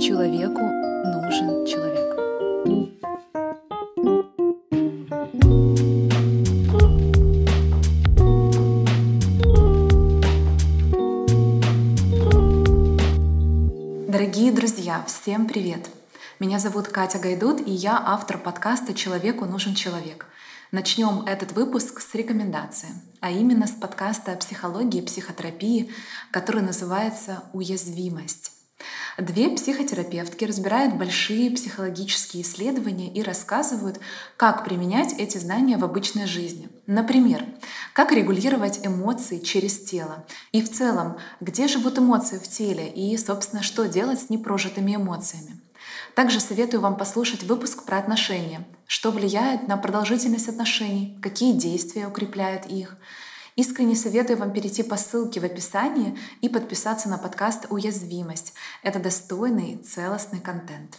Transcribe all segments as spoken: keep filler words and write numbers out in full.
Человеку нужен человек. Дорогие друзья, всем привет! Меня зовут Катя Гайдут, и я автор подкаста «Человеку нужен человек». Начнем этот выпуск с рекомендации, а именно с подкаста о психологии и психотерапии, который называется «Уязвимость». Две психотерапевтки разбирают большие психологические исследования и рассказывают, как применять эти знания в обычной жизни. Например, как регулировать эмоции через тело. И в целом, где живут эмоции в теле и, собственно, что делать с непрожитыми эмоциями. Также советую вам послушать выпуск про отношения, что влияет на продолжительность отношений, какие действия укрепляют их. Искренне советую вам перейти по ссылке в описании и подписаться на подкаст «Уязвимость». Это достойный, целостный контент.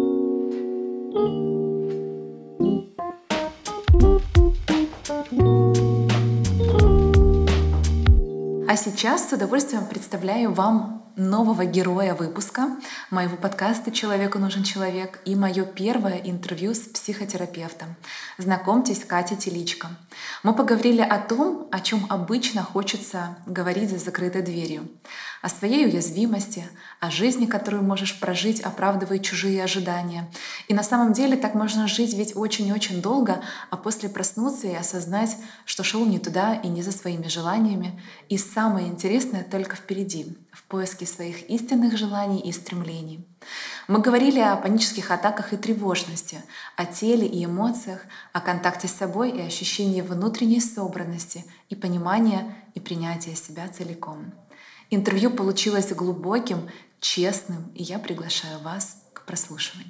А сейчас с удовольствием представляю вам нового героя выпуска моего подкаста «Человеку нужен человек» и мое первое интервью с психотерапевтом. Знакомьтесь, Катя Теличко. Мы поговорили о том, о чем обычно хочется говорить за закрытой дверью. О своей уязвимости, о жизни, которую можешь прожить, оправдывая чужие ожидания. И на самом деле так можно жить ведь очень и очень долго, а после проснуться и осознать, что шел не туда и не за своими желаниями. И самое интересное только впереди, в поиске своих истинных желаний и стремлений. Мы говорили о панических атаках и тревожности, о теле и эмоциях, о контакте с собой и ощущении внутренней собранности и понимания и принятия себя целиком. Интервью получилось глубоким, честным, и я приглашаю вас к прослушиванию.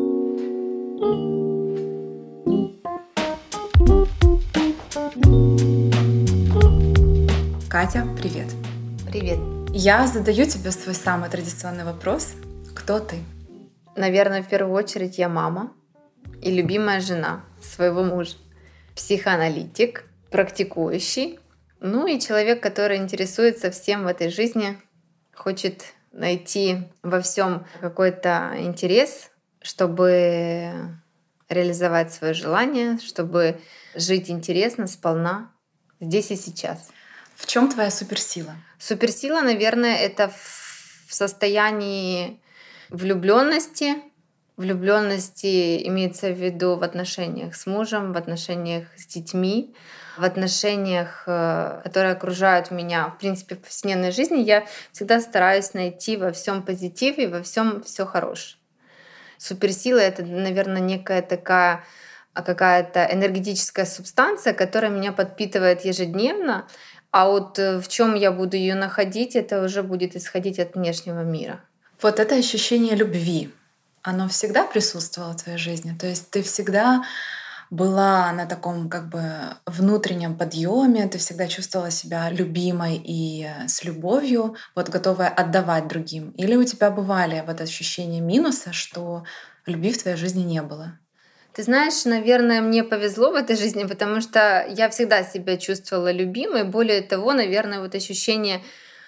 Катя, привет! Привет! Я задаю тебе свой самый традиционный вопрос. Кто ты? Наверное, в первую очередь я мама и любимая жена своего мужа. Психоаналитик, практикующий, ну и человек, который интересуется всем в этой жизни, хочет найти во всем какой-то интерес, чтобы реализовать свое желание, чтобы жить интересно, сполна, здесь и сейчас. В чем твоя суперсила? Суперсила, наверное, это в состоянии влюбленности. Влюбленности имеется в виду в отношениях с мужем, в отношениях с детьми, в отношениях, которые окружают меня. В принципе, в повседневной жизни я всегда стараюсь найти во всем позитив и во всем все хорошее. Суперсила — это, наверное, некая такая какая-то энергетическая субстанция, которая меня подпитывает ежедневно. А вот в чем я буду ее находить, это уже будет исходить от внешнего мира. Вот это ощущение любви, оно всегда присутствовало в твоей жизни? То есть ты всегда была на таком как бы внутреннем подъеме, ты всегда чувствовала себя любимой и с любовью, вот готовая отдавать другим? Или у тебя бывали вот ощущения минуса, что любви в твоей жизни не было? Ты знаешь, наверное, мне повезло в этой жизни, потому что я всегда себя чувствовала любимой. Более того, наверное, вот ощущение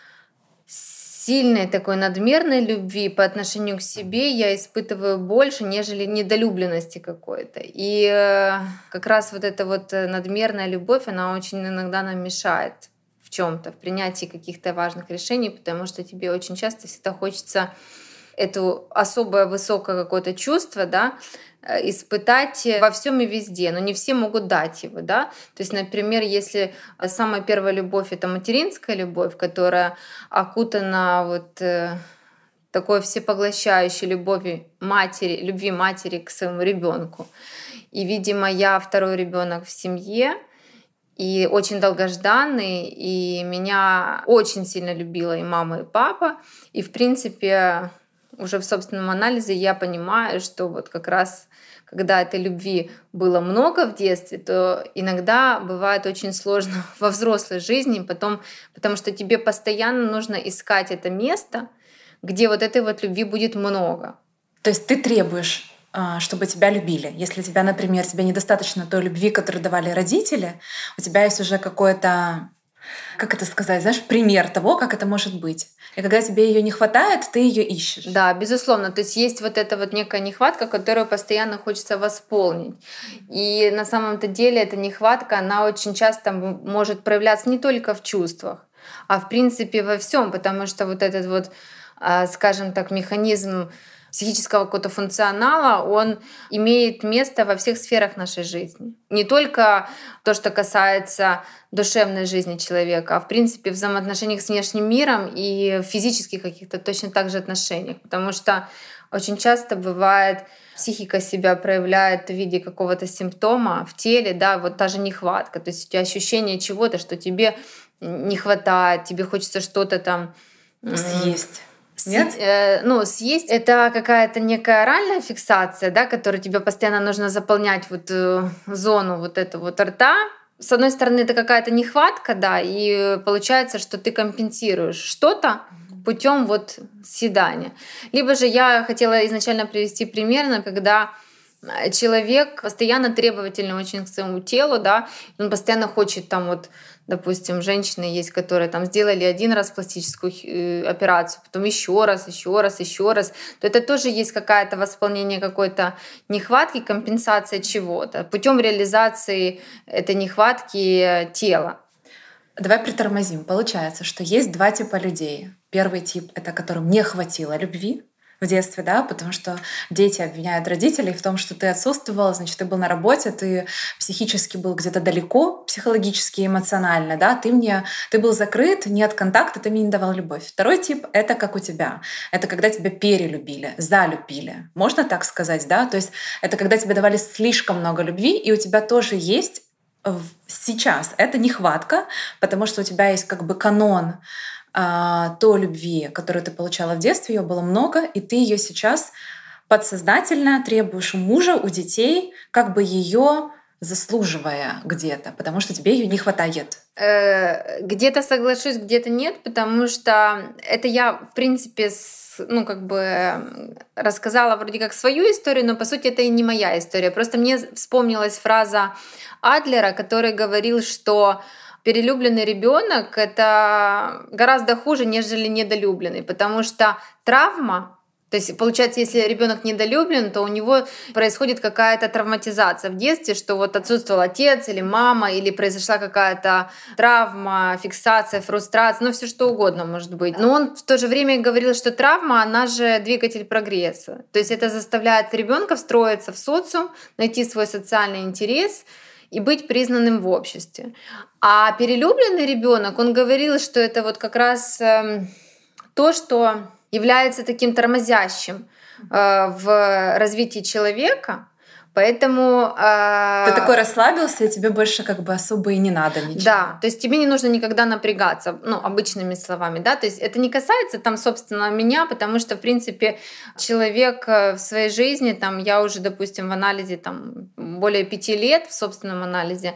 сильной такой надмерной любви по отношению к себе я испытываю больше, нежели недолюбленности какой-то. И как раз вот эта вот надмерная любовь, она очень иногда нам мешает в чем-то, в принятии каких-то важных решений, потому что тебе очень часто всегда хочется это особое высокое какое-то чувство, да, испытать во всем и везде, но не все могут дать его, да. То есть, например, если самая первая любовь — это материнская любовь, которая окутана вот такой всепоглощающей любовью матери, любви матери к своему ребенку. И, видимо, я второй ребенок в семье, и очень долгожданный, и меня очень сильно любила и мама, и папа, и, в принципе, уже в собственном анализе я понимаю, что вот как раз когда этой любви было много в детстве, то иногда бывает очень сложно во взрослой жизни, потом, потому что тебе постоянно нужно искать это место, где вот этой вот любви будет много. То есть ты требуешь, чтобы тебя любили. Если тебя, например, тебе недостаточно той любви, которую давали родители, у тебя есть уже какое-то как это сказать, знаешь, пример того, как это может быть. И когда тебе ее не хватает, ты ее ищешь. Да, безусловно. То есть есть вот эта вот некая нехватка, которую постоянно хочется восполнить. И на самом-то деле эта нехватка, она очень часто может проявляться не только в чувствах, а в принципе во всем, потому что вот этот вот, скажем так, механизм психического какого-то функционала, он имеет место во всех сферах нашей жизни. Не только то, что касается душевной жизни человека, а в принципе в взаимоотношениях с внешним миром и в физических каких-то точно так же отношениях. Потому что очень часто бывает, психика себя проявляет в виде какого-то симптома в теле, да, вот та же нехватка. То есть у тебя ощущение чего-то, что тебе не хватает, тебе хочется что-то там съесть. Нет? Э, ну, съесть — это какая-то некая оральная фиксация, да, которую тебе постоянно нужно заполнять вот э, зону вот этого вот рта. С одной стороны, это какая-то нехватка, да, и получается, что ты компенсируешь что-то путем вот съедания. Либо же я хотела изначально привести пример, когда человек постоянно требовательный очень к своему телу, да, он постоянно хочет там вот, допустим, женщины есть, которые там сделали один раз пластическую операцию, потом еще раз, еще раз, еще раз, то это тоже есть какое-то восполнение какой-то нехватки, компенсация чего-то путем реализации этой нехватки тела. Давай притормозим. Получается, что есть два типа людей. Первый тип — это которым не хватило любви в детстве, да, потому что дети обвиняют родителей в том, что ты отсутствовал, значит, ты был на работе, ты психически был где-то далеко, психологически, эмоционально, да, ты мне, ты был закрыт, нет контакта, ты мне не давал любовь. Второй тип — это как у тебя. Это когда тебя перелюбили, залюбили. Можно так сказать, да? То есть это когда тебе давали слишком много любви, и у тебя тоже есть сейчас это нехватка, потому что у тебя есть как бы канон той любви, которую ты получала в детстве, ее было много, и ты ее сейчас подсознательно требуешь у мужа, у детей, как бы ее заслуживая где-то, потому что тебе ее не хватает. Где-то соглашусь, где-то нет, потому что это я, в принципе, ну, как бы рассказала вроде как свою историю, но по сути это и не моя история. Просто мне вспомнилась фраза Адлера, который говорил, что перелюбленный ребенок это гораздо хуже, нежели недолюбленный, потому что травма, то есть получается, если ребенок недолюблен, то у него происходит какая-то травматизация в детстве, что вот отсутствовал отец или мама, или произошла какая-то травма, фиксация, фрустрация, ну все что угодно может быть. Но он в то же время говорил, что травма, она же двигатель прогресса. То есть это заставляет ребенка встроиться в социум, найти свой социальный интерес и быть признанным в обществе. А перелюбленный ребенок, он говорил, что это вот как раз э, то, что является таким тормозящим э, в развитии человека. Поэтому... Э, Ты такой расслабился, и тебе больше как бы особо и не надо ничего. Да, то есть тебе не нужно никогда напрягаться, ну, обычными словами, да, то есть это не касается там, собственно, меня, потому что, в принципе, человек в своей жизни, там, я уже, допустим, в анализе там более пяти лет, в собственном анализе,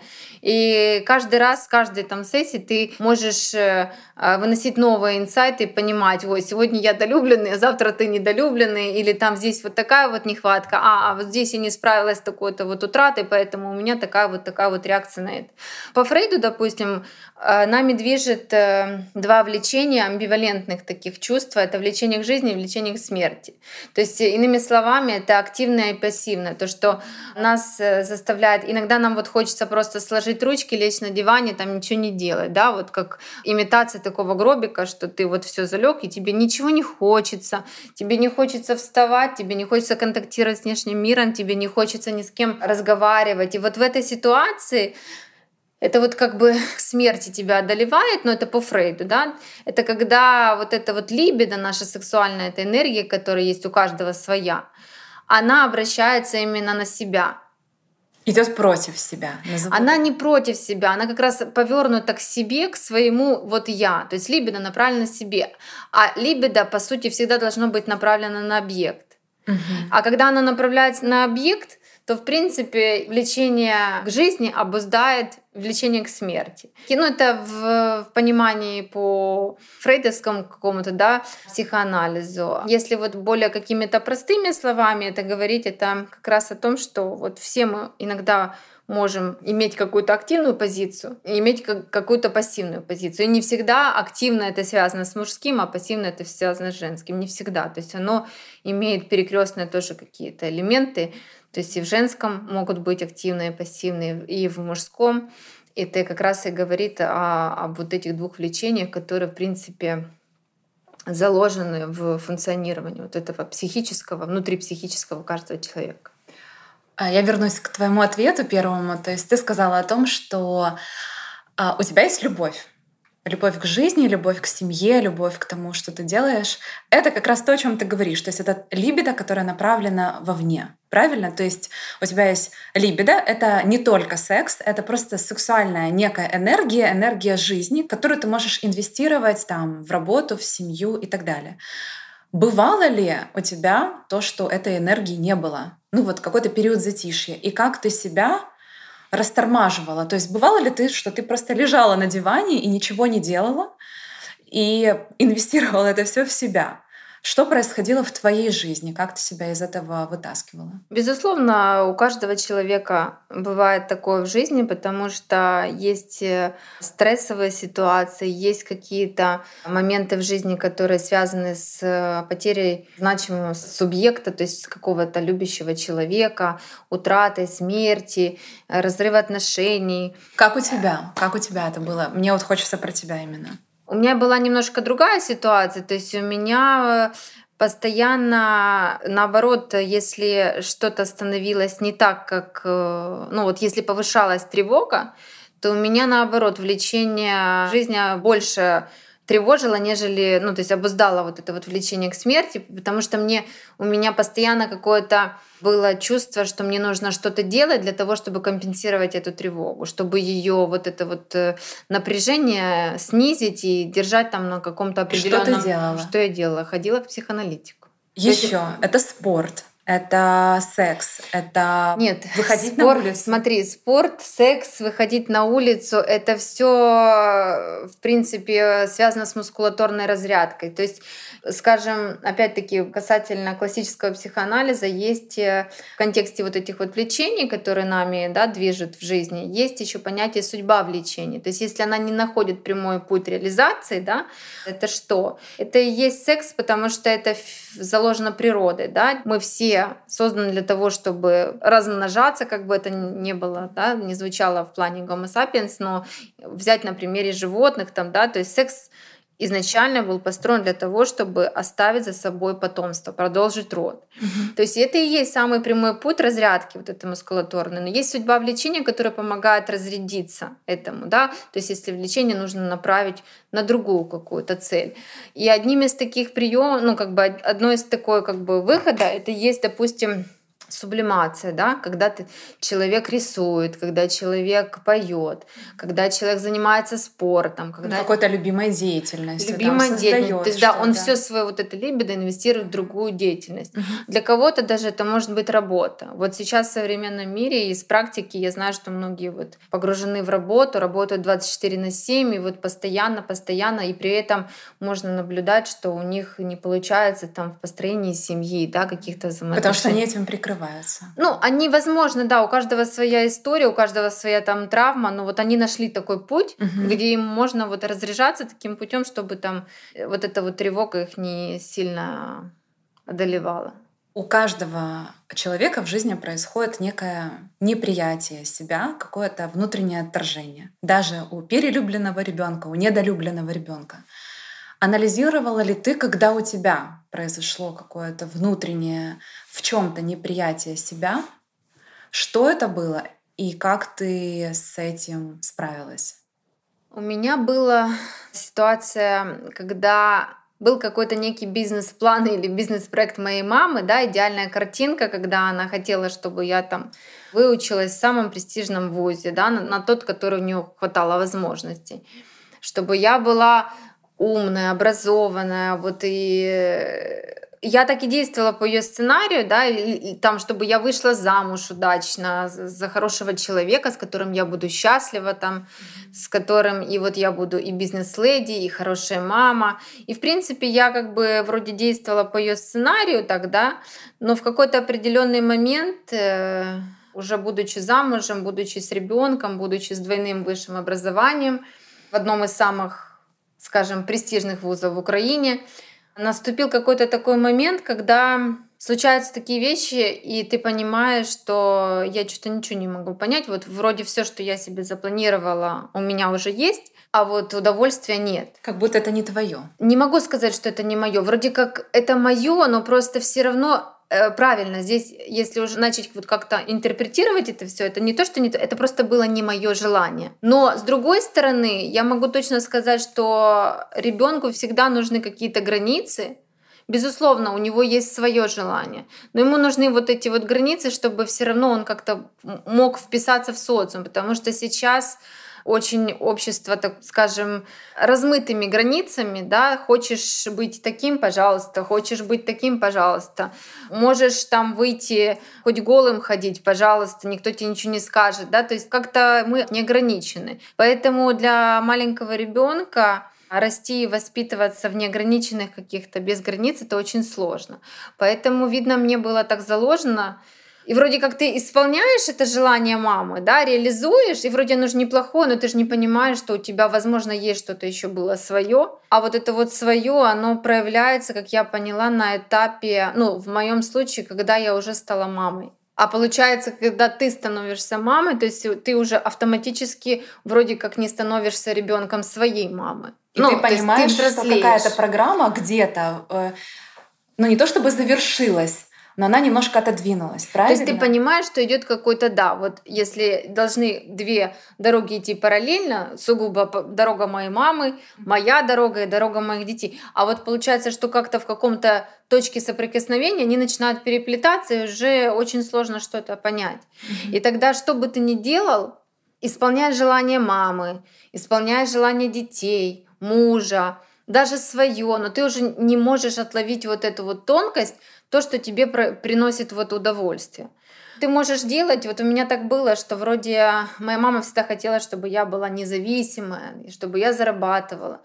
и каждый раз, с каждой там сессии ты можешь выносить новые инсайты и понимать, ой, сегодня я долюбленный, а завтра ты недолюбленный, или там здесь вот такая вот нехватка, а, а вот здесь я не справилась с такой-то вот утратой, поэтому у меня такая вот такая вот реакция на это. По Фрейду, допустим, нами движет два влечения амбивалентных таких чувств. Это влечение к жизни и влечение к смерти. То есть, иными словами, это активное и пассивное. То, что нас заставляет... Иногда нам вот хочется просто сложить ручки, лечь на диване, там ничего не делать. Да? Вот как имитация такого гробика, что ты вот все залег, и тебе ничего не хочется. Тебе не хочется вставать, тебе не хочется контактировать с внешним миром, тебе не хочется ни с кем разговаривать. И вот в этой ситуации это вот как бы к смерти тебя одолевает, но это по Фрейду, да? Это когда вот эта вот либидо, наша сексуальная эта энергия, которая есть у каждого своя, она обращается именно на себя. Идет против себя. Она не против себя, она как раз повернута к себе, к своему вот я. То есть либидо направлено себе. А либидо, по сути, всегда должно быть направлено на объект. Угу. А когда оно направляется на объект, то, в принципе, влечение к жизни обуздает влечение к смерти. И, ну, это в, в понимании по фрейдовскому какому-то, да, психоанализу. Если вот более какими-то простыми словами это говорить, это как раз о том, что вот все мы иногда можем иметь какую-то активную позицию и иметь как- какую-то пассивную позицию. И не всегда активно это связано с мужским, а пассивно это связано с женским. Не всегда. То есть оно имеет перекрестные тоже какие-то элементы. То есть и в женском могут быть активные, пассивные, и в мужском. Это как раз и говорит о, об вот этих двух влечениях, которые, в принципе, заложены в функционировании вот этого психического, внутрипсихического каждого человека. А, Я вернусь к твоему ответу первому. То есть ты сказала о том, что а, у тебя есть любовь. Любовь к жизни, любовь к семье, любовь к тому, что ты делаешь. Это как раз то, о чем ты говоришь. То есть это либидо, которое направлено вовне. Правильно? То есть у тебя есть либидо, это не только секс, это просто сексуальная некая энергия, энергия жизни, которую ты можешь инвестировать там, в работу, в семью и так далее. Бывало ли у тебя то, что этой энергии не было? Ну вот какой-то период затишья. И как ты себя растормаживала? То есть бывало ли ты, что ты просто лежала на диване и ничего не делала, и инвестировала это все в себя? Что происходило в твоей жизни? Как ты себя из этого вытаскивала? Безусловно, у каждого человека бывает такое в жизни, потому что есть э, стрессовые ситуации, есть какие-то моменты в жизни, которые связаны с э, потерей значимого субъекта, то есть какого-то любящего человека, утратой, смерти, э, разрыва отношений. Как у тебя? Как у тебя это было? Мне вот хочется про тебя именно. У меня была немножко другая ситуация, то есть у меня э, постоянно, наоборот, если что-то становилось не так, как, э, ну вот если повышалась тревога, то у меня наоборот влечение жизни больше тревожило, нежели, ну то есть обуздало вот это вот влечение к смерти, потому что мне, у меня постоянно какое-то было чувство, что мне нужно что-то делать для того, чтобы компенсировать эту тревогу, чтобы ее вот это вот э, напряжение снизить и держать там на каком-то И что ты определенном. делала? Что я делала? Ходила к психоаналитику. То есть Еще это спорт, это секс, это нет, выходить на спорт, улицу. смотри, спорт, секс, выходить на улицу, это все, в принципе, связано с мускулатурной разрядкой. То есть, скажем, опять-таки, касательно классического психоанализа, есть э, в контексте вот этих вот влечений, которые нами, да, движут в жизни, есть еще понятие судьба влечений. То есть, если она не находит прямой путь реализации, да, это что? Это и есть секс, потому что это ф- заложено природой, да. Мы все созданы для того, чтобы размножаться, как бы это ни было, да, не звучало в плане Homo sapiens, но взять на примере животных, там, да, то есть секс изначально был построен для того, чтобы оставить за собой потомство, продолжить род. Мгм. То есть это и есть самый прямой путь разрядки вот этой мускулатурной. Но есть судьба влечения, которая помогает разрядиться этому, да. То есть если влечение нужно направить на другую какую-то цель. И одним из таких приемов, ну как бы одно из такой как бы выхода, это есть, допустим, сублимация, да, когда ты, человек рисует, когда человек поет, когда человек занимается спортом, Ну, когда какой-то любимой деятельностью, там любимая деятельность. То создает есть, да, он что-то. все свое вот это либидо инвестирует в другую деятельность. Мгм. Для кого-то даже это может быть работа. Вот сейчас в современном мире из практики я знаю, что многие вот погружены в работу, работают двадцать четыре на семь, и вот постоянно, постоянно, и при этом можно наблюдать, что у них не получается там в построении семьи, да, каких-то Потому что взаимоотношений. они этим прикрываются. Ну, они, возможно, да, у каждого своя история, у каждого своя там травма, но вот они нашли такой путь, Мгм. где им можно вот разряжаться таким путем, чтобы там э, вот эта вот тревога их не сильно одолевала. У каждого человека в жизни происходит некое неприятие себя, какое-то внутреннее отторжение. Даже у перелюбленного ребенка, у недолюбленного ребенка. Анализировала ли ты, когда у тебя произошло какое-то внутреннее в чем-то неприятие себя, что это было и как ты с этим справилась? У меня была ситуация, когда был какой-то некий бизнес-план или бизнес-проект моей мамы, да, идеальная картинка, когда она хотела, чтобы я там выучилась в самом престижном вузе, да, на, на тот, который у нее хватало возможностей, чтобы я была умная, образованная, вот и э, Я так и действовала по ее сценарию, да, и, и там, чтобы я вышла замуж удачно за за хорошего человека, с которым я буду счастлива, там, с которым и вот я буду и бизнес-леди, и хорошая мама. И, в принципе, я как бы вроде действовала по ее сценарию тогда, но в какой-то определенный момент, э, уже будучи замужем, будучи с ребенком, будучи с двойным высшим образованием в одном из самых, скажем, престижных вузов в Украине, наступил какой-то такой момент, когда случаются такие вещи, и ты понимаешь, что я что-то ничего не могу понять. Вот вроде все, что я себе запланировала, у меня уже есть, а вот удовольствия нет. Как будто это не твое. Не могу сказать, что это не мое. Вроде как это мое, но просто все равно э, правильно. Здесь, если уже начать вот как-то интерпретировать это все, это не то, что не то, это просто было не мое желание. Но с другой стороны, я могу точно сказать, что ребенку всегда нужны какие-то границы. Безусловно, у него есть свое желание, но ему нужны вот эти вот границы, чтобы все равно он как-то мог вписаться в социум, потому что сейчас очень общество, так скажем, размытыми границами, да, хочешь быть таким, пожалуйста, хочешь быть таким, пожалуйста, можешь там выйти, хоть голым ходить, пожалуйста, никто тебе ничего не скажет, да, то есть как-то мы не ограничены. Поэтому для маленького ребенка расти и воспитываться в неограниченных каких-то, без границ, это очень сложно. Поэтому, видно, мне было так заложено. И вроде как ты исполняешь это желание мамы, да, реализуешь, и вроде оно же неплохое, но ты же не понимаешь, что у тебя, возможно, есть что-то еще было свое. А вот это вот свое, оно проявляется, как я поняла, на этапе, ну, в моем случае, когда я уже стала мамой. А получается, когда ты становишься мамой, то есть ты уже автоматически вроде как не становишься ребенком своей мамы. И ну, ты понимаешь, ты что какая-то программа где-то, э, ну не то чтобы завершилась, но она немножко отодвинулась, правильно? То есть ты понимаешь, что идет какой-то, да, вот если должны две дороги идти параллельно, сугубо дорога моей мамы, моя дорога и дорога моих детей, а вот получается, что как-то в каком-то точке соприкосновения они начинают переплетаться, и уже очень сложно что-то понять. Mm-hmm. И тогда, что бы ты ни делал, исполняй желание мамы, исполняй желание детей, мужа, даже свое, но ты уже не можешь отловить вот эту вот тонкость, то, что тебе приносит вот удовольствие. Ты можешь делать, вот у меня так было, что вроде моя мама всегда хотела, чтобы я была независимая, чтобы я зарабатывала,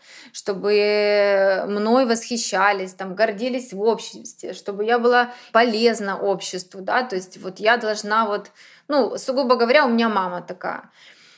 чтобы мной восхищались, там, гордились в обществе, чтобы я была полезна обществу, да, то есть вот я должна вот, ну, сугубо говоря, у меня мама такая,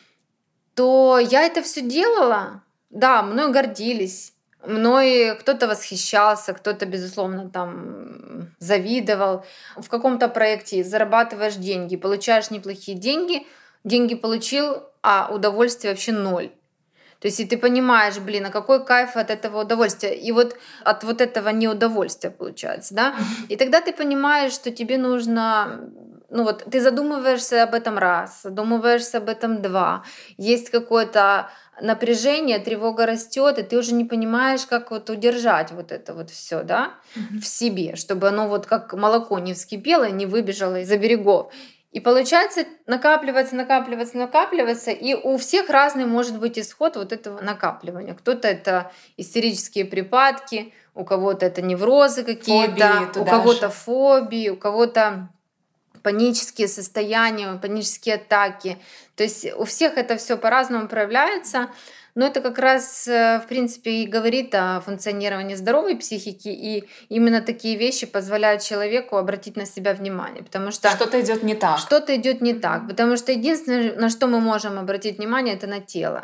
то я это все делала, да, мной гордились, мной кто-то восхищался, кто-то, безусловно, там завидовал. В каком-то проекте зарабатываешь деньги, получаешь неплохие деньги, деньги получил, а удовольствие вообще ноль. То есть и ты понимаешь, блин, а какой кайф от этого удовольствия. И вот от вот этого неудовольствия получается, да. И тогда ты понимаешь, что тебе нужно... Ну вот ты задумываешься об этом раз, задумываешься об этом два. Есть какое-то напряжение, тревога растет, и ты уже не понимаешь, как вот удержать вот это вот все, да, mm-hmm. в себе, чтобы оно вот как молоко не вскипело, не выбежало из-за берегов. И получается накапливаться, накапливаться, накапливаться, и у всех разный может быть исход вот этого накапливания. Кто-то это истерические припадки, у кого-то это неврозы какие-то, у кого-то же. фобии, у кого-то панические состояния, панические атаки. То есть у всех это все по-разному проявляется, но это как раз, в принципе, и говорит о функционировании здоровой психики, и именно такие вещи позволяют человеку обратить на себя внимание, потому что что-то идет не так. Что-то идет не так, потому что единственное, на что мы можем обратить внимание, это на тело.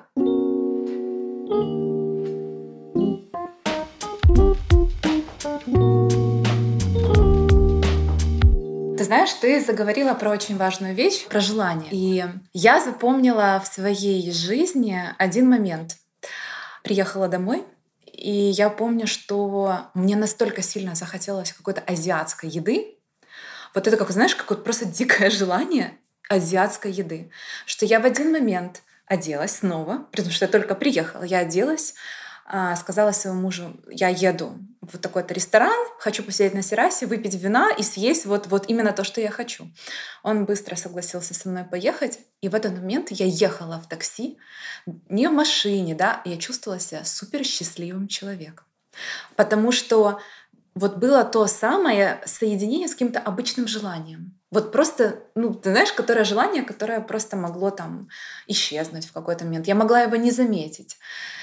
Ты знаешь, ты заговорила про очень важную вещь, про желание. И я запомнила в своей жизни один момент. Приехала домой, и я помню, что мне настолько сильно захотелось какой-то азиатской еды. Вот это, как знаешь, какое-то просто дикое желание азиатской еды, что я в один момент оделась снова, потому что я только приехала, я оделась, сказала своему мужу: я еду в вот такой-то ресторан, хочу посидеть на террасе, выпить вина и съесть вот, вот именно то, что я хочу. Он быстро согласился со мной поехать, и в этот момент я ехала в такси, не в машине, да, я чувствовала себя супер счастливым человеком, потому что вот было то самое соединение с каким-то обычным желанием. Вот просто, ну, ты знаешь, которое желание, которое просто могло там исчезнуть в какой-то момент. Я могла его не заметить.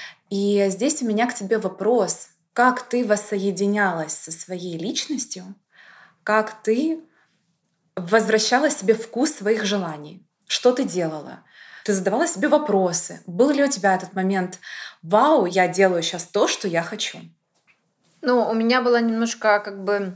И здесь у меня к тебе вопрос. Как ты воссоединялась со своей личностью? Как ты возвращала себе вкус своих желаний? Что ты делала? Ты задавала себе вопросы. Был ли у тебя этот момент: «Вау, я делаю сейчас то, что я хочу»? Ну, у меня была немножко как бы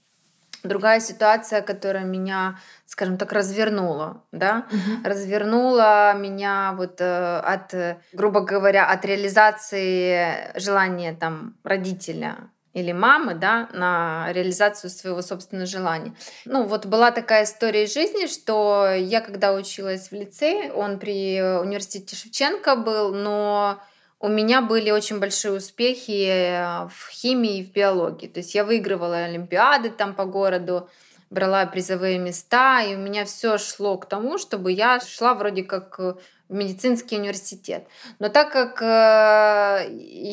другая ситуация, которая меня, скажем так, развернула, да, Мгм. развернула меня вот э, от, э, грубо говоря, от реализации желания там родителя или мамы, да, на реализацию своего собственного желания. Ну, вот была такая история из жизни, что я, когда училась в лицее, он при университете Шевченко был, но у меня были очень большие успехи э, в химии и в биологии. То есть я выигрывала олимпиады там по городу, брала призовые места, и у меня все шло к тому, чтобы я шла вроде как э, в медицинский университет. Но так как э,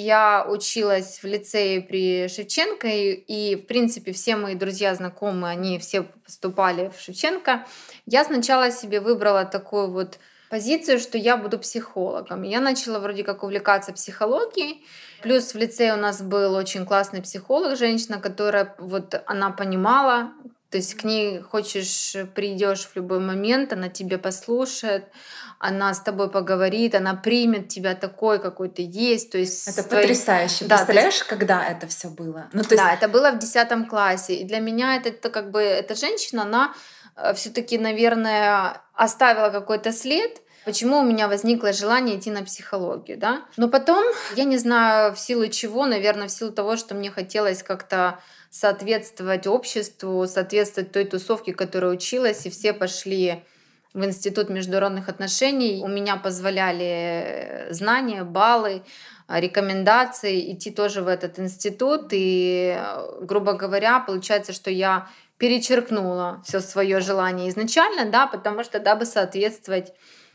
я училась в лицее при Шевченко, и, и, в принципе все мои друзья, знакомые, они все поступали в Шевченко, я сначала себе выбрала такую вот позицию, что я буду психологом. И я начала вроде как увлекаться психологией. Плюс в лицее у нас был очень классный психолог, женщина, которая вот она понимала, то есть к ней хочешь, придешь в любой момент, она тебя послушает, она с тобой поговорит, она примет тебя такой, какой ты есть. То есть Это с твоей- потрясающе. Да, то есть Представляешь, когда это все было? Ну, то есть да, это было в десятом классе. И для меня это, это как бы эта женщина, она все-таки, наверное, оставила какой-то след. Почему у меня возникло желание идти на психологию, да? Но потом, я не знаю, в силу чего, наверное, в силу того, что мне хотелось как-то соответствовать обществу, соответствовать той тусовке, в которой училась, и все пошли в Институт международных отношений. У меня позволяли знания, баллы, а, рекомендации идти тоже в этот институт. И, э, грубо говоря, получается, что я перечеркнула все свое желание изначально, да, потому что дабы соответствовать,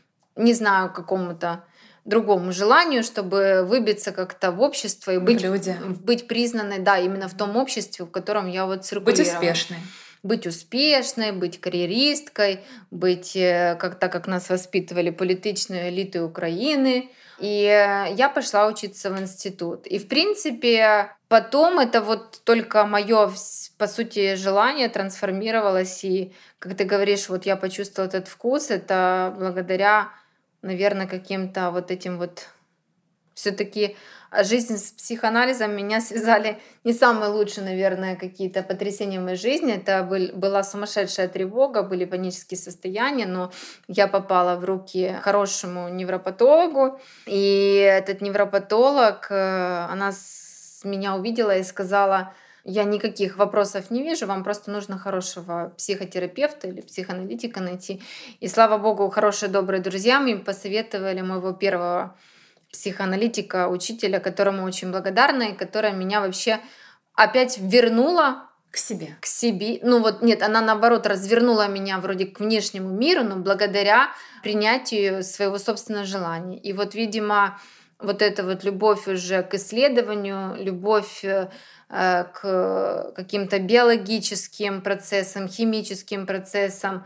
не знаю, какому-то другому желанию, чтобы выбиться как-то в общество и в быть, люди. быть признанной, да, именно в том обществе, в котором я вот Быть циркулировала. успешной. Быть успешной, быть карьеристкой, быть, э, как, так как нас воспитывали, политичной элитой Украины. И э, я пошла учиться в институт. И, в принципе, потом это вот только мое, по сути, желание трансформировалось. И, как ты говоришь, вот я почувствовала этот вкус. Это благодаря, наверное, каким-то вот этим вот все-таки жизнь с психоанализом меня связали не самые лучшие, наверное, какие-то потрясения в моей жизни. Это был, была сумасшедшая тревога, были панические состояния, но я попала в руки хорошему невропатологу. И этот невропатолог, э, она с- меня увидела и сказала: я никаких вопросов не вижу, вам просто нужно хорошего психотерапевта или психоаналитика найти. И слава богу, хорошие добрые друзья мне посоветовали моего первого психоаналитика, учителя, которому очень благодарна, и которая меня вообще опять вернула К себе. к себе. Ну вот нет, она наоборот развернула меня вроде к внешнему миру, но благодаря принятию своего собственного желания. И вот, видимо, вот эта вот любовь уже к исследованию, любовь э, э, к каким-то биологическим процессам, химическим процессам,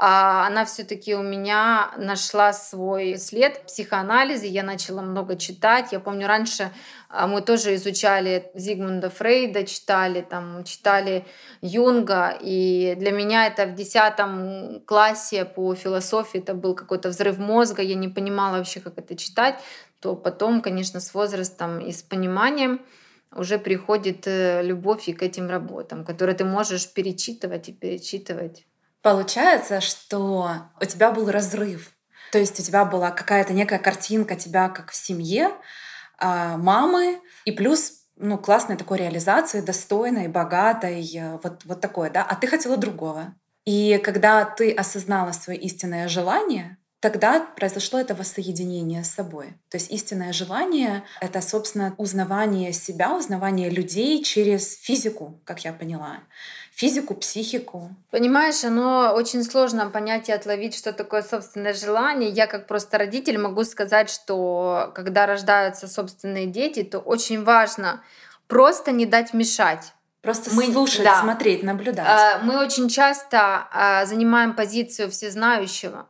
а она все-таки у меня нашла свой след в психоанализе. Я начала много читать. Я помню, раньше а, мы тоже изучали Зигмунда Фрейда, читали, там, читали Юнга. И для меня это в десятом классе по философии это был какой-то взрыв мозга. Я не понимала вообще, как это читать. То потом, конечно, с возрастом и с пониманием уже приходит э, любовь и к этим работам, которые ты можешь перечитывать и перечитывать. Получается, что у тебя был разрыв. То есть у тебя была какая-то некая картинка тебя как в семье, а, мамы, и плюс ну, классной такой реализации, достойной, богатой, э, вот, вот такое, да? А ты хотела другого. И когда ты осознала свое истинное желание, тогда произошло это воссоединение с собой. То есть истинное желание — это, собственно, узнавание себя, узнавание людей через физику, как я поняла. Физику, психику. Понимаешь, оно очень сложно понять и отловить, что такое собственное желание. Я как просто родитель могу сказать, что когда рождаются собственные дети, то очень важно просто не дать мешать. Просто Мы- слушать, да. смотреть, наблюдать. Э, Мы очень часто э, занимаем позицию всезнающего,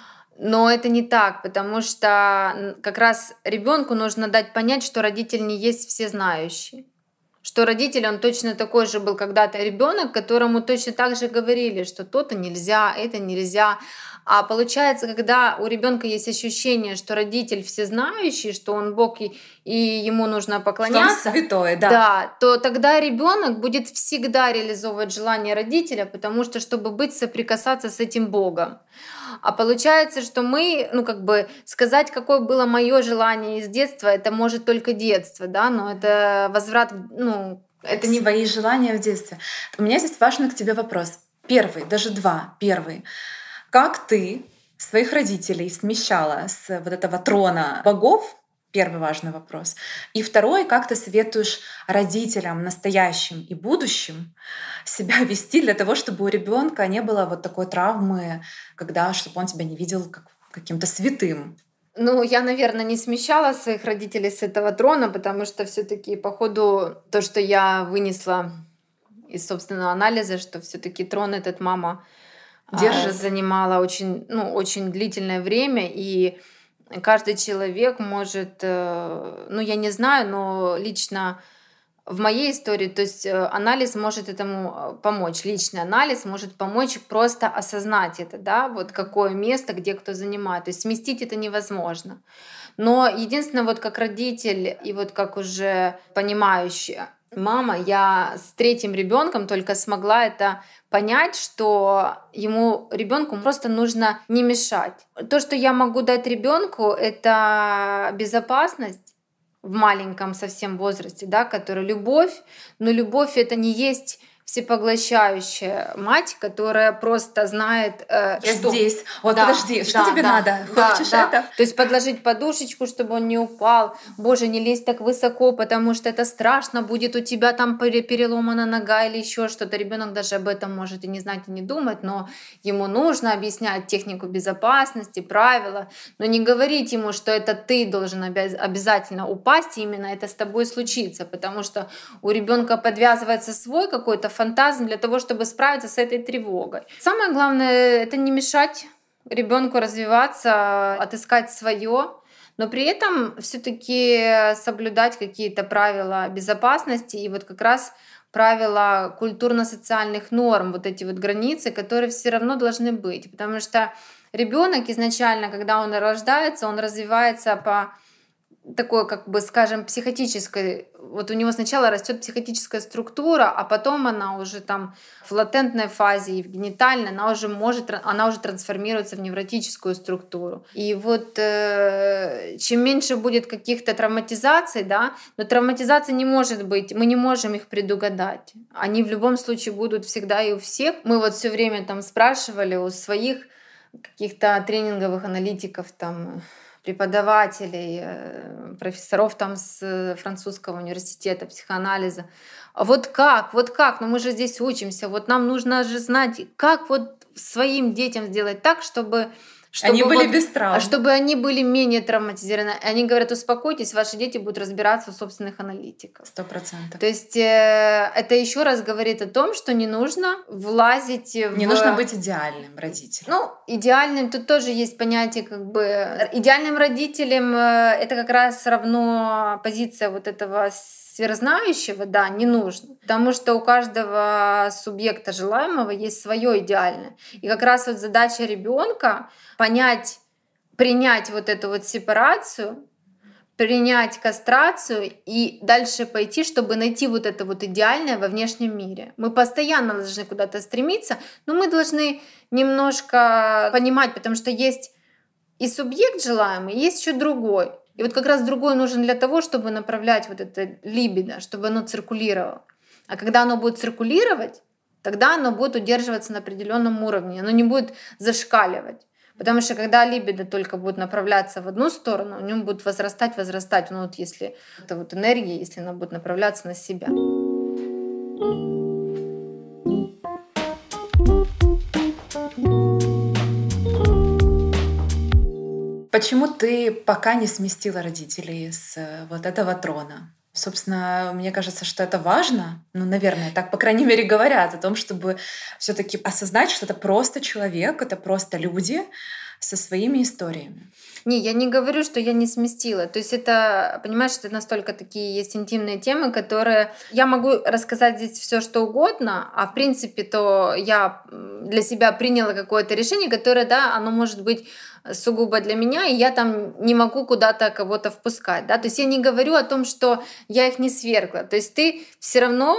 но это не так, потому что м, как раз ребенку нужно дать понять, что родитель не есть всезнающий. Что родитель, он точно такой же был когда-то ребенок, которому точно так же говорили, что то-то нельзя, это нельзя. А получается, когда у ребенка есть ощущение, что родитель всезнающий, что он Бог и, и ему нужно Что он поклоняться, святой, да. да, то тогда ребенок будет всегда реализовывать желание родителя, потому что чтобы быть, соприкасаться с этим Богом. А получается, что мы, ну как бы сказать, какое было мое желание из детства, это может только детство, да, но это возврат, ну Это не твои желания в детстве. У меня здесь важный к тебе вопрос. Первый, даже два. Первый. Как ты своих родителей смещала с вот этого трона богов? Первый важный вопрос. И второй, как ты советуешь родителям настоящим и будущим себя вести для того, чтобы у ребенка не было вот такой травмы, когда, чтобы он тебя не видел как каким-то святым? Ну, я, наверное, не смещала своих родителей с этого трона, потому что все-таки по ходу то, что я вынесла из собственного анализа, что все-таки трон этот мама а, Держит. занимала очень, ну, очень длительное время, и каждый человек может, э, ну, я не знаю, но лично в моей истории, то есть э, анализ может этому э, помочь, личный анализ может помочь просто осознать это, да, вот какое место, где кто занимает, то есть сместить это невозможно. Но единственное, вот как родитель и вот как уже понимающая мама, я с третьим ребенком только смогла это понять, что ему ребенку просто нужно не мешать. То, что я могу дать ребенку, это безопасность в маленьком совсем возрасте, да, которая любовь, но любовь это не есть всепоглощающая мать, которая просто знает, э, Я что... здесь. Вот Да, подожди, что да, тебе да, надо? да, Хочешь да. это? То есть подложить подушечку, чтобы он не упал. Боже, не лезь так высоко, потому что это страшно, будет у тебя там пере- переломана нога или еще что-то. Ребенок даже об этом может и не знать, и не думать, но ему нужно объяснять технику безопасности, правила, но не говорить ему, что это ты должен обяз- обязательно упасть, и именно это с тобой случится, потому что у ребенка подвязывается свой какой-то фантазм для того, чтобы справиться с этой тревогой. Самое главное — это не мешать ребенку развиваться, отыскать свое, но при этом все-таки соблюдать какие-то правила безопасности и вот как раз правила культурно-социальных норм, вот эти вот границы, которые все равно должны быть, потому что ребенок изначально, когда он рождается, он развивается по такой, как бы, скажем, психотической, вот у него сначала растет психотическая структура, а потом она уже там в латентной фазе и в генитальной, она уже может, она уже трансформируется в невротическую структуру. И вот э, чем меньше будет каких-то травматизаций, да, но травматизация не может быть, мы не можем их предугадать. Они в любом случае будут всегда и у всех. Мы вот все время там спрашивали у своих каких-то тренинговых аналитиков, там, преподавателей, э, профессоров там с э, французского университета, психоанализа. А вот как, вот как, ну мы же здесь учимся, вот нам нужно же знать, как вот своим детям сделать так, чтобы чтобы Они были вот- без травм. а чтобы они были менее травматизированы. Они говорят, успокойтесь, ваши дети будут разбираться в собственных аналитиках. Сто процентов. То есть э, это еще раз говорит о том, что не нужно влазить в... Не нужно быть идеальным родителем. Ну, идеальным, тут тоже есть понятие, как бы, идеальным родителем э, это как раз равно позиция вот этого сверхзнающего, да, не нужно. Потому что у каждого субъекта желаемого есть свое идеальное. И как раз вот задача ребенка понять, принять вот эту вот сепарацию, принять кастрацию и дальше пойти, чтобы найти вот это вот идеальное во внешнем мире. Мы постоянно должны куда-то стремиться, но мы должны немножко понимать, потому что есть и субъект желаемый, и есть еще другой. И вот как раз другой нужен для того, чтобы направлять вот это либидо, чтобы оно циркулировало. А когда оно будет циркулировать, тогда оно будет удерживаться на определенном уровне, оно не будет зашкаливать. Потому что когда либидо только будет направляться в одну сторону, у него будет возрастать, возрастать. Ну вот если это вот энергия, если она будет направляться на себя. Почему ты пока не сместила родителей с э, вот этого трона? Собственно, мне кажется, что это важно. Ну, наверное, так, по крайней мере, говорят о том, чтобы все-таки осознать, что это просто человек, это просто люди со своими историями. Не, я не говорю, что я не сместила. То есть это, понимаешь, это настолько такие есть интимные темы, которые я могу рассказать здесь все, что угодно, а в принципе то я для себя приняла какое-то решение, которое, да, оно может быть сугубо для меня, и я там не могу куда-то кого-то впускать, да, то есть я не говорю о том, что я их не свергла, то есть ты все равно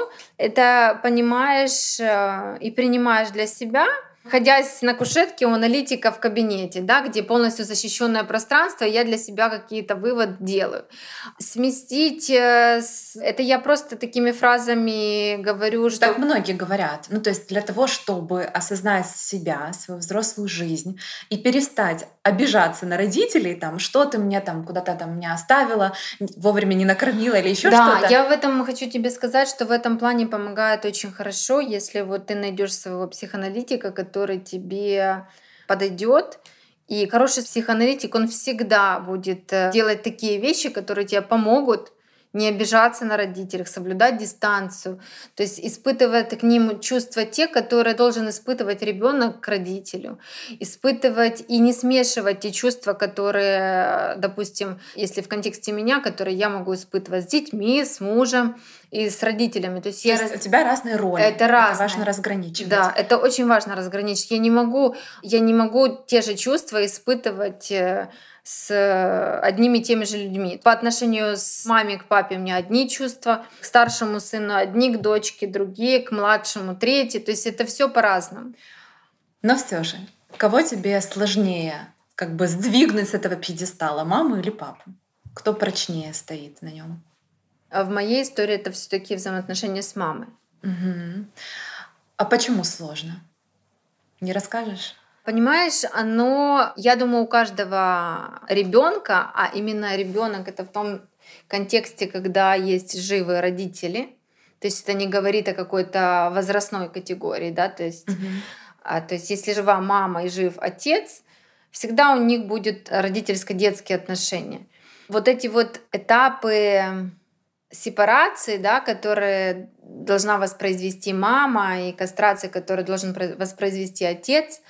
это понимаешь э, и принимаешь для себя, находясь на кушетке у аналитика в кабинете, да, где полностью защищенное пространство, я для себя какие-то выводы делаю. Сместить, э, с- это я просто такими фразами говорю, что Так многие говорят. Ну, то есть для того, чтобы осознать себя, свою взрослую жизнь и перестать обижаться на родителей, там, что ты мне там куда-то там меня оставила, вовремя не накормила или еще да, что-то. я в этом хочу тебе сказать, что в этом плане помогает очень хорошо, если вот ты найдешь своего психоаналитика, который тебе подойдет. И хороший психоаналитик, он всегда будет э, делать такие вещи, которые тебе помогут не обижаться на родителях, соблюдать дистанцию, то есть испытывать к ним чувства те, которые должен испытывать ребенок к родителю, испытывать и не смешивать те чувства, которые, допустим, если в контексте меня, которые я могу испытывать с детьми, с мужем и с родителями. То есть, То я есть раз- у тебя разные роли. это разное. важно разграничивать. Да, это очень важно разграничить. Я не могу, я не могу те же чувства испытывать э, с э, одними и теми же людьми. По отношению с маме к папе у меня одни чувства, к старшему сыну одни, к дочке другие, к младшему третьи. То есть это все по-разному. Но все же, кого тебе сложнее как бы сдвигнуть с этого пьедестала, маму или папу? Кто прочнее стоит на нем? А в моей истории это все-таки взаимоотношения с мамой. Мгм. А почему сложно? Не расскажешь? Понимаешь, оно, я думаю, у каждого ребенка, а именно ребенок это в том контексте, когда есть живые родители, то есть это не говорит о какой-то возрастной категории, да, то есть, Мгм. а, то есть если жива мама и жив отец, всегда у них будет родительско-детские отношения. Вот эти вот этапы сепарации, да, которые должна воспроизвести мама, и кастрации, которые должен про- воспроизвести отец,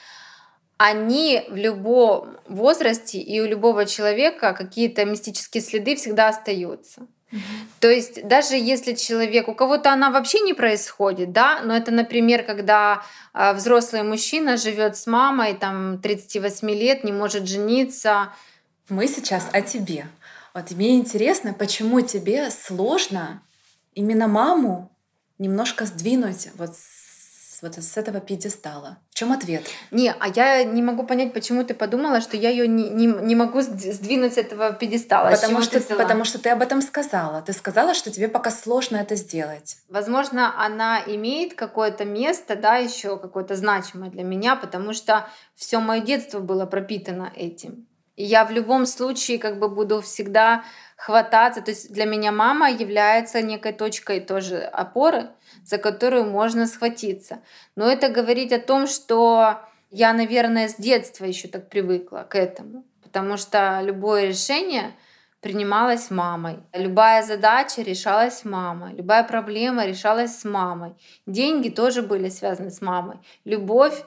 они в любом возрасте и у любого человека какие-то мистические следы всегда остаются. То есть даже если человек, у кого-то она вообще не происходит, да, но это, например, когда а, взрослый мужчина живет с мамой, там, тридцати восьми лет, не может жениться. Мы сейчас о тебе. Вот мне интересно, почему тебе сложно именно маму немножко сдвинуть вот с, вот с этого пьедестала. В чем ответ? Не, а я не могу понять, почему ты подумала, что я ее не, не, не могу сд- сдвинуть с этого пьедестала. С Потому чего что, ты взяла? потому что ты об этом сказала. Ты сказала, что тебе пока сложно это сделать. Возможно, она имеет какое-то место, да, еще какое-то значимое для меня, потому что все мое детство было пропитано этим. И я в любом случае как бы буду всегда хвататься. То есть для меня мама является некой точкой тоже опоры, за которую можно схватиться. Но это говорит о том, что я, наверное, с детства еще так привыкла к этому. Потому что любое решение принималась мамой. Любая задача решалась мамой. Любая проблема решалась с мамой. Деньги тоже были связаны с мамой. Любовь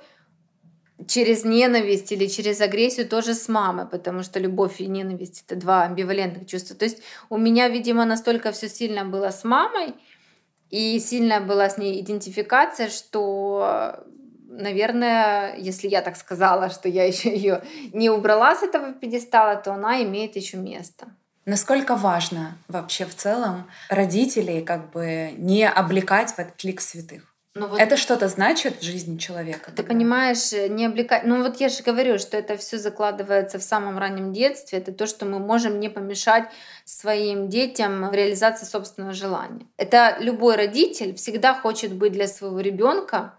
через ненависть или через агрессию тоже с мамой, потому что любовь и ненависть — это два амбивалентных чувства. То есть у меня, видимо, настолько все сильно было с мамой, и сильная была с ней идентификация, что, наверное, если я так сказала, что я еще ее не убрала с этого пьедестала, то она имеет еще место. Насколько важно вообще в целом родителей как бы не облекать в этот лик святых? Ну вот Это что-то значит в жизни человека? ты тогда? понимаешь, э, не облекать. Ну вот я же говорю, что это все закладывается в самом раннем детстве. Это то, что мы можем не помешать своим детям в реализации собственного желания. Это любой родитель всегда хочет быть для своего ребенка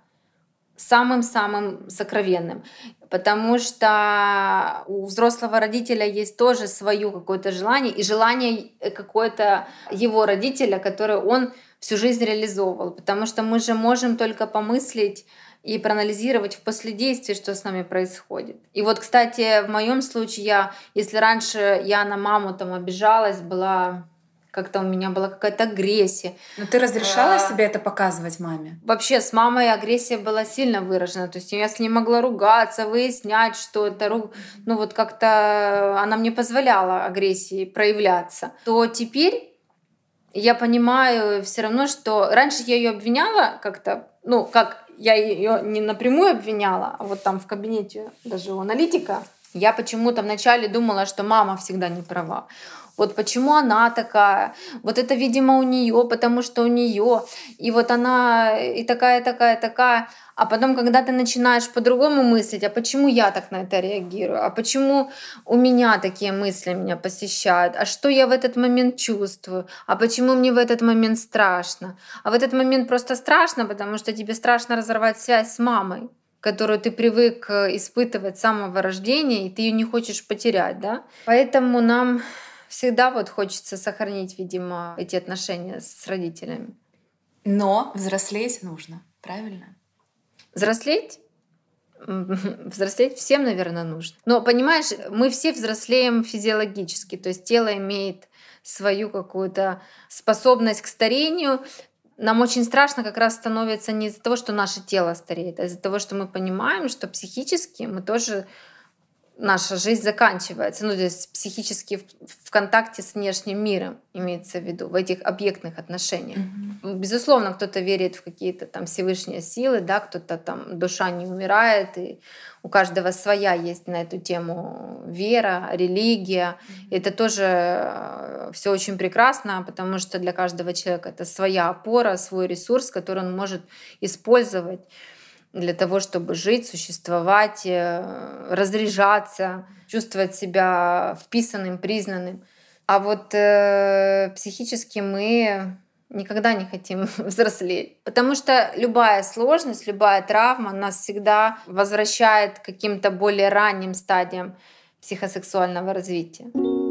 самым-самым сокровенным. Потому что у взрослого родителя есть тоже свое какое-то желание, и желание э, какое-то его родителя, которое он всю жизнь реализовывал. Потому что мы же можем только помыслить и проанализировать в последействии, что с нами происходит. И вот, кстати, в моем случае, я, если раньше я на маму там обижалась, была как-то у меня была какая-то агрессия. Но ты разрешала себе это показывать маме? Вообще с мамой агрессия была сильно выражена. То есть я с ней могла ругаться, выяснять что-то. Ну вот как-то она мне позволяла агрессии проявляться. То теперь я понимаю все равно, что раньше я ее обвиняла как-то, ну как я ее не напрямую обвиняла, а вот там в кабинете даже у аналитика я почему-то вначале думала, что мама всегда не права. Вот почему она такая, вот это, видимо, у нее, потому что у нее, и вот она и такая, такая, такая. А потом, когда ты начинаешь по-другому мыслить, а почему я так на это реагирую, а почему у меня такие мысли меня посещают, а что я в этот момент чувствую, а почему мне в этот момент страшно, а в этот момент просто страшно, потому что тебе страшно разорвать связь с мамой, которую ты привык испытывать с самого рождения, и ты ее не хочешь потерять, да? Поэтому нам всегда вот хочется сохранить, видимо, эти отношения с родителями. Но взрослеть нужно, правильно? Взрослеть? Взрослеть всем, наверное, нужно. Но, понимаешь, мы все взрослеем физиологически, то есть тело имеет свою какую-то способность к старению. Нам очень страшно как раз становится не из-за того, что наше тело стареет, а из-за того, что мы понимаем, что психически мы тоже наша жизнь заканчивается, ну, то есть психически в, в контакте с внешним миром, имеется в виду, в этих объектных отношениях. Mm-hmm. Безусловно, кто-то верит в какие-то там Всевышние силы, да, кто-то там душа не умирает, и у каждого своя есть на эту тему вера, религия. Mm-hmm. И это тоже все очень прекрасно, потому что для каждого человека это своя опора, свой ресурс, который он может использовать для того, чтобы жить, существовать, разряжаться, чувствовать себя вписанным, признанным. А вот э, психически мы никогда не хотим взрослеть. Потому что любая сложность, любая травма нас всегда возвращает к каким-то более ранним стадиям психосексуального развития.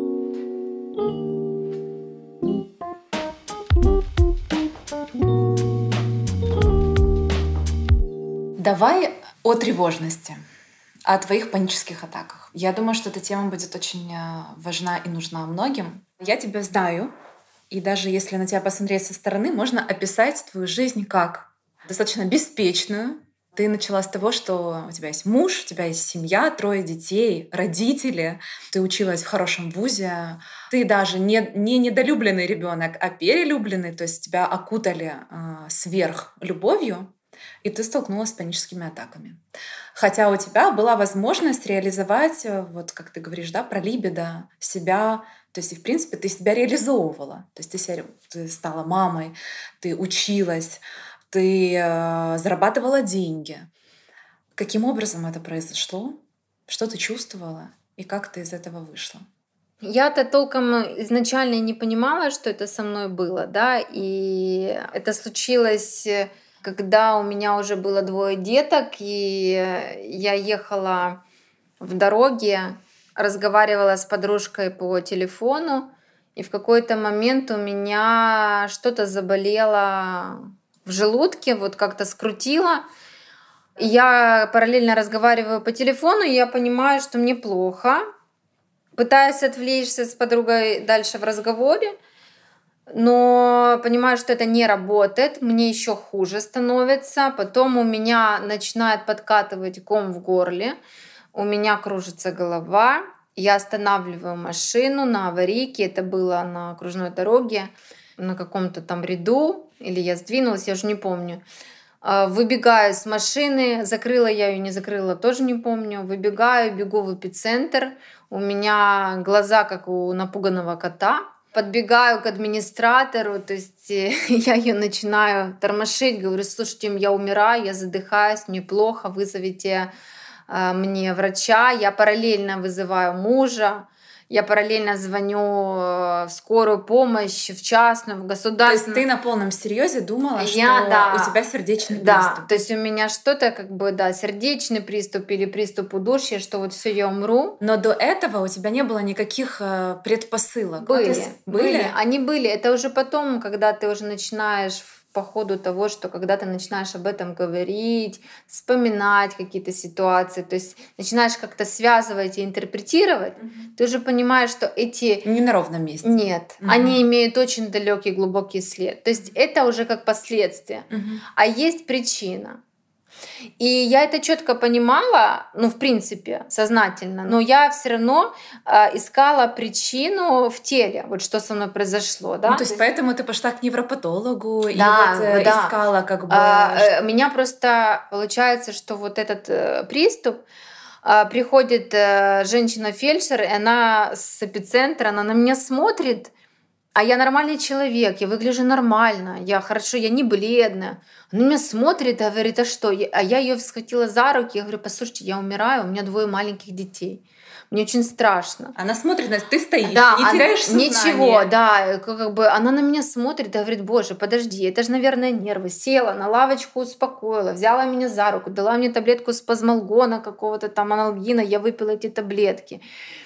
Давай о тревожности, о твоих панических атаках. Я думаю, что эта тема будет очень важна и нужна многим. Я тебя знаю, и даже если на тебя посмотреть со стороны, можно описать твою жизнь как достаточно беспечную. Ты начала с того, что у тебя есть муж, у тебя есть семья, трое детей, родители, ты училась в хорошем вузе, ты даже не, не недолюбленный ребенок, а перелюбленный, то есть тебя окутали э, сверх любовью, и ты столкнулась с паническими атаками. Хотя у тебя была возможность реализовать, вот как ты говоришь, да, про либидо, себя, то есть, в принципе, ты себя реализовывала. То есть ты, себя, ты стала мамой, ты училась, ты э, зарабатывала деньги. Каким образом это произошло? Что ты чувствовала? И как ты из этого вышла? Я-то толком изначально не понимала, что это со мной было, да, и это случилось, когда у меня уже было двое деток, и я ехала в дороге, разговаривала с подружкой по телефону, и в какой-то момент у меня что-то заболело в желудке, вот как-то скрутило. И я параллельно разговариваю по телефону, и я понимаю, что мне плохо. Пытаюсь отвлечься с подругой дальше в разговоре, но понимаю, что это не работает, мне еще хуже становится. Потом у меня начинает подкатывать ком в горле, у меня кружится голова. Я останавливаю машину на аварийке, это было на окружной дороге, на каком-то там ряду, или я сдвинулась, я уже не помню. Выбегаю с машины, закрыла я ее, не закрыла, тоже не помню. Выбегаю, бегу в эпицентр, у меня глаза как у напуганного кота. Подбегаю к администратору, то есть я ее начинаю тормошить, говорю: слушайте, я умираю, я задыхаюсь, мне плохо, вызовите мне врача. Я параллельно вызываю мужа, я параллельно звоню в скорую помощь, в частную, в государственную. То есть ты на полном серьезе думала, я, что да, у тебя сердечный да, приступ? То есть у меня что-то как бы, да, сердечный приступ или приступ удушья, что вот все, я умру. Но до этого у тебя не было никаких предпосылок? Были, были? были, они были. Это уже потом, когда ты уже начинаешь по ходу того, что когда ты начинаешь об этом говорить, вспоминать какие-то ситуации, то есть начинаешь как-то связывать и интерпретировать, Мгм. ты уже понимаешь, что эти... Не на ровном месте. Нет, Мгм. они имеют очень далекий глубокий след. То есть это уже как последствие. Мгм. А есть причина. И я это четко понимала, ну, в принципе, сознательно, но я все равно э, искала причину в теле, вот что со мной произошло, да. Ну, то есть поэтому ты пошла к невропатологу и Да, вот э, да. искала как бы... А, ш- э, У меня просто получается, что вот этот э, приступ, а, приходит э, женщина-фельдшер, и она с эпицентра, она на меня смотрит, а я нормальный человек, я выгляжу нормально, я хорошо, я не бледная. Она на меня смотрит и говорит, а что? Я- А я ее схватила за руки, я говорю, послушайте, я умираю, у меня двое маленьких детей. Мне очень страшно. Она смотрит на... Ты стоишь, Да, не ан- теряешь сознание. ничего, да, э, как как бы она на меня смотрит и говорит, боже, подожди, это же, наверное, нервы. Села на лавочку, успокоила, взяла меня за руку, дала мне таблетку спазмолгона какого-то там анальгина, я выпила эти таблетки.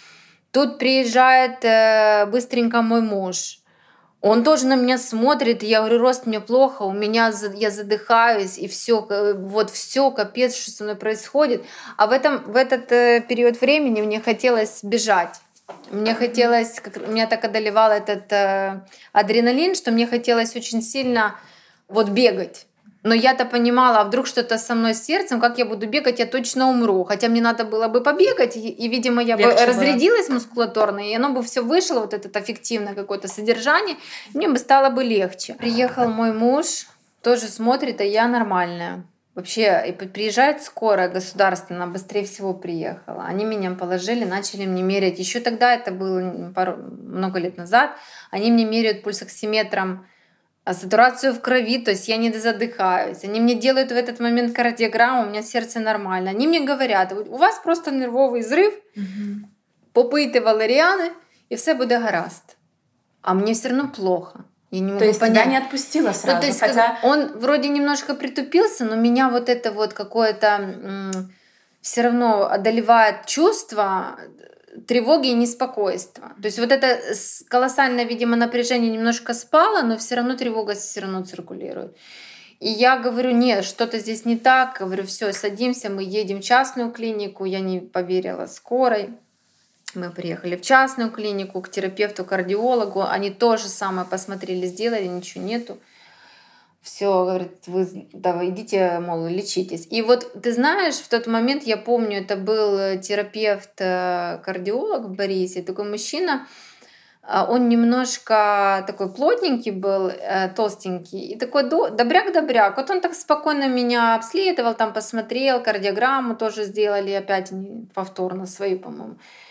Тут приезжает э, быстренько мой муж. Он тоже на меня смотрит, и я говорю, рост мне плохо, у меня за- я задыхаюсь, и все, вот все, капец, что со мной происходит. А в, этом, в этот э, период времени мне хотелось бежать. Мне хотелось, как, меня так одолевал этот э, адреналин, что мне хотелось очень сильно вот бегать. Но я-то понимала, а вдруг что-то со мной с сердцем, как я буду бегать, я точно умру. Хотя мне надо было бы побегать, и, и, видимо, я Легче бы было. разрядилась мускулатурно, и оно бы все вышло, вот это аффективное какое-то содержание, и мне бы стало бы легче. Приехал мой муж, тоже смотрит, а я нормальная. Вообще, и при- приезжает скорая государственная, она быстрее всего приехала. Они меня положили, начали мне мерять. Еще тогда, это было пару, много лет назад, они мне меряют пульсоксиметром а сатурацию в крови, то есть я не задыхаюсь. Они мне делают в этот момент кардиограмму, у меня сердце нормально. Они мне говорят, у вас просто нервовий зрив, Мгм. попийте валеріани, і все буде гаразд. А мне все равно плохо. Я не могу То есть понять. тебя не отпустило сразу, Ну, то есть хотя... как- он вроде немножко притупился, но меня вот это вот какое-то все равно одолевает чувство тревоги и неспокойства. То есть вот это с- колоссальное, видимо, напряжение немножко спало, но все равно тревога все равно циркулирует. И я говорю, нет, что-то здесь не так. Говорю, все, садимся, мы едем в частную клинику. Я не поверила скорой. Мы приехали в частную клинику к терапевту, кардиологу. Они то же самое посмотрели, сделали, ничего нету. Все, говорит, вы давай идите, мол, лечитесь. И вот ты знаешь, в тот момент, я помню, это был терапевт-кардиолог в Борисе, такой мужчина, а, он немножко такой плотненький был, э, толстенький, и такой до- добряк-добряк. Вот он так спокойно меня обследовал, там посмотрел, кардиограмму тоже сделали, опять они повторно свою, по-моему.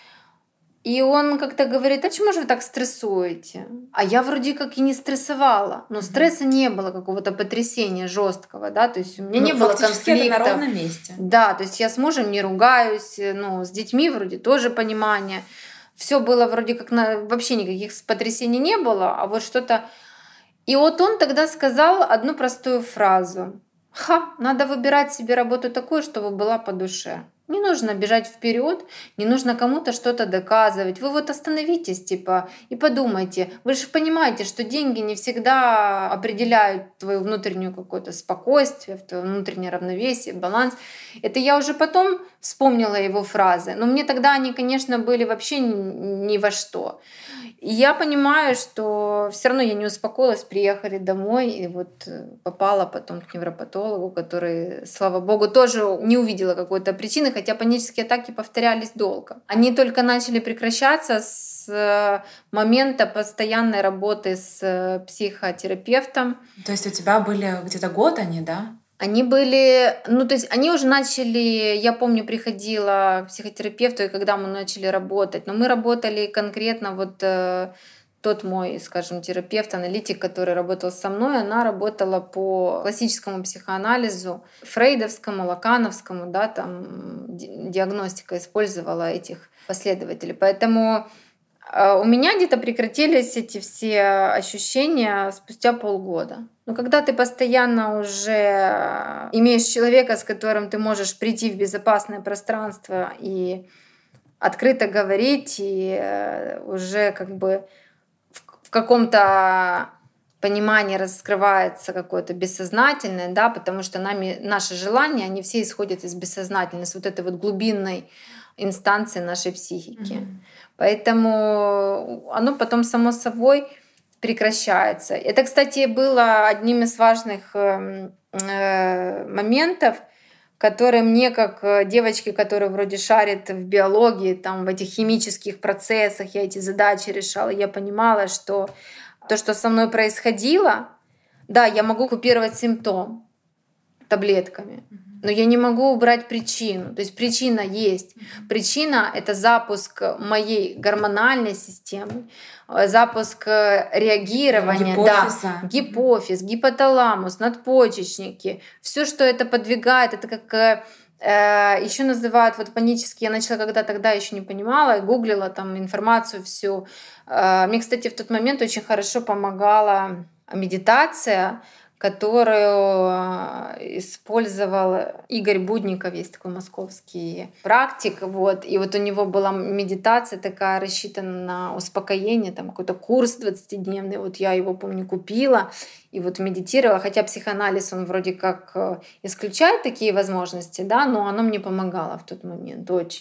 И он как-то говорит, а чему же вы так стрессуете? А я вроде как и не стрессовала. Но стресса не было, какого-то потрясения жесткого, да, то есть у меня Ну, не было фактически это на конфликта. ровном месте. Да, то есть я с мужем не ругаюсь, э, ну, с детьми вроде тоже понимание. Все было вроде как на... вообще никаких потрясений не было, а вот что-то... И вот он тогда сказал одну простую фразу. Ха, надо выбирать себе работу такую, чтобы была по душе. Не нужно бежать вперед, не нужно кому-то что-то доказывать. Вы вот остановитесь, типа, и подумайте. Вы же понимаете, что деньги не всегда определяют твое внутреннее какое-то спокойствие, твое внутреннее равновесие, баланс. Это я уже потом вспомнила его фразы. Но мне тогда они, конечно, были вообще ни ни во что. И я понимаю, что все равно я не успокоилась, приехали домой, и вот э, попала потом к невропатологу, который, слава богу, тоже не увидела какой-то причины, хотя панические атаки повторялись долго. Они только начали прекращаться с э, момента постоянной работы с э, психотерапевтом. То есть у тебя были где-то год они, да? Они были, ну то есть они уже начали, я помню, приходила к психотерапевту, и когда мы начали работать, но мы работали конкретно вот э, тот мой, скажем, терапевт, аналитик, который работал со мной, она работала по классическому психоанализу, фрейдовскому, лакановскому, да, там ди- диагностика использовала этих последователей, поэтому а, у меня где-то прекратились эти все ощущения спустя полгода. Но когда ты постоянно уже имеешь человека, с которым ты можешь прийти в безопасное пространство и открыто говорить, и э, уже как бы в в каком-то понимание раскрывается какое-то бессознательное, да, потому что нами, наши желания, они все исходят из бессознательной, с вот этой вот глубинной инстанции нашей психики. Мгм. Поэтому оно потом само собой прекращается. Это, кстати, было одним из важных эм, э, моментов, которые мне, как э, девочке, которая вроде шарит в биологии, там, в этих химических процессах, я эти задачи решала, я понимала, что то, что со мной происходило, да, я могу купировать симптом таблетками, но я не могу убрать причину. То есть причина есть. Причина — это запуск моей гормональной системы, э, запуск э, реагирования, Гипофиза. да, гипофиз, гипоталамус, надпочечники. Все, что это подвигает, это как э, еще называют вот панически. Я начала когда тогда еще не понимала, гуглила там информацию всю. Э, Мне, кстати, в тот момент очень хорошо помогала медитация, которую э, использовал Игорь Будников, есть такой московский практик, вот, и вот у него была медитация такая, рассчитана на успокоение, там какой-то курс двадцатидневный, вот я его, помню, купила и вот медитировала, хотя психоанализ, он вроде как э, исключает такие возможности, да, но оно мне помогало в тот момент очень.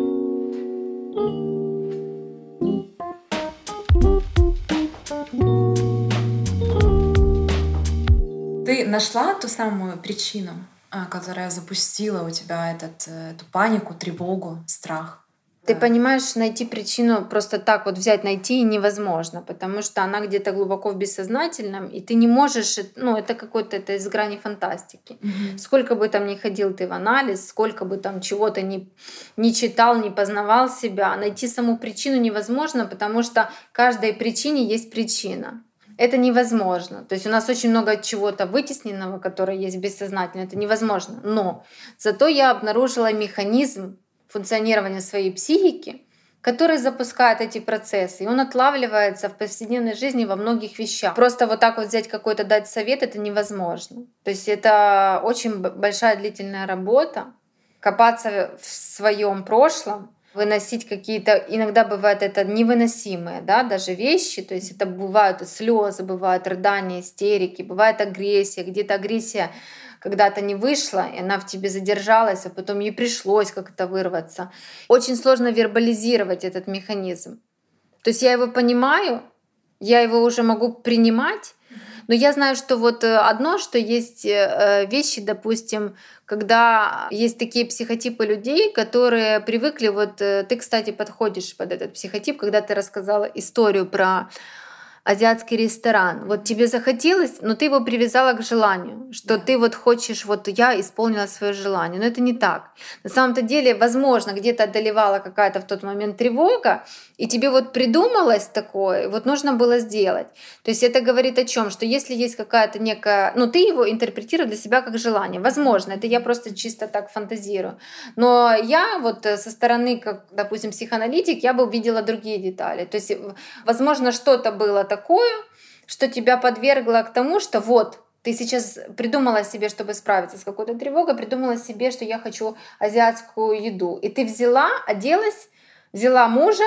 Ты нашла ту самую причину, а, которая запустила у тебя этот, э, эту панику, тревогу, страх? Ты Да. понимаешь, найти причину просто так вот взять, найти невозможно, потому что она где-то глубоко в бессознательном, и ты не можешь, э, ну, это какой-то, это из грани фантастики. Мгм. Сколько бы там ни ходил ты в анализ, сколько бы там чего-то не, не читал, не познавал себя, найти саму причину невозможно, потому что каждой причине есть причина. Это невозможно. То есть у нас очень много чего-то вытесненного, которое есть бессознательно. Это невозможно. Но зато я обнаружила механизм функционирования своей психики, который запускает эти процессы. И он отлавливается в повседневной жизни во многих вещах. Просто вот так вот взять какой-то, дать совет, это невозможно. То есть это очень б- большая длительная работа. Копаться в своем прошлом, выносить какие-то, иногда бывает это невыносимые, да, даже вещи, то есть это бывают слезы, бывают рыдания, истерики, бывает агрессия, где-то агрессия когда-то не вышла, и она в тебе задержалась, а потом ей пришлось как-то вырваться. Очень сложно вербализировать этот механизм. То есть я его понимаю, я его уже могу принимать, но я знаю, что вот э, одно, что есть э, вещи, допустим, когда есть такие психотипы людей, которые привыкли, вот э, ты, кстати, подходишь под этот психотип, когда ты рассказала историю про азиатский ресторан. Вот тебе захотелось, но ты его привязала к желанию, что Да. ты вот хочешь, вот я исполнила свое желание. Но это не так. На самом-то деле, возможно, где-то одолевала какая-то в тот момент тревога, и тебе вот придумалось такое, вот нужно было сделать. То есть это говорит о чем? Что если есть какая-то некая, ну ты его интерпретируешь для себя как желание. Возможно, это я просто чисто так фантазирую. Но я вот э, со стороны, как, допустим, психоаналитик, я бы увидела другие детали. То есть, э, возможно, что-то было такое, что тебя подвергло к тому, что вот ты сейчас придумала себе, чтобы справиться с какой-то тревогой, придумала себе, что я хочу азиатскую еду. И ты взяла, оделась, взяла мужа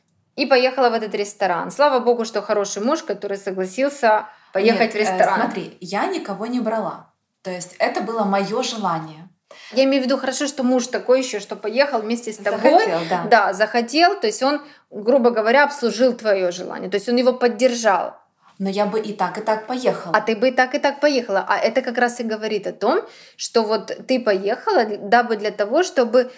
и поехала в этот ресторан. Слава богу, что хороший муж, который согласился поехать Нет, в э, ресторан. смотри, я никого не брала. То есть это было мое желание. Я имею в виду, хорошо, что муж такой еще, что поехал вместе с тобой. Захотел, да. Да, захотел, то есть он, грубо говоря, обслужил твое желание, то есть он его поддержал. Но я бы и так, и так поехала. А ты бы и так, и так поехала. А это как раз и говорит о том, что вот ты поехала, дабы для того, чтобы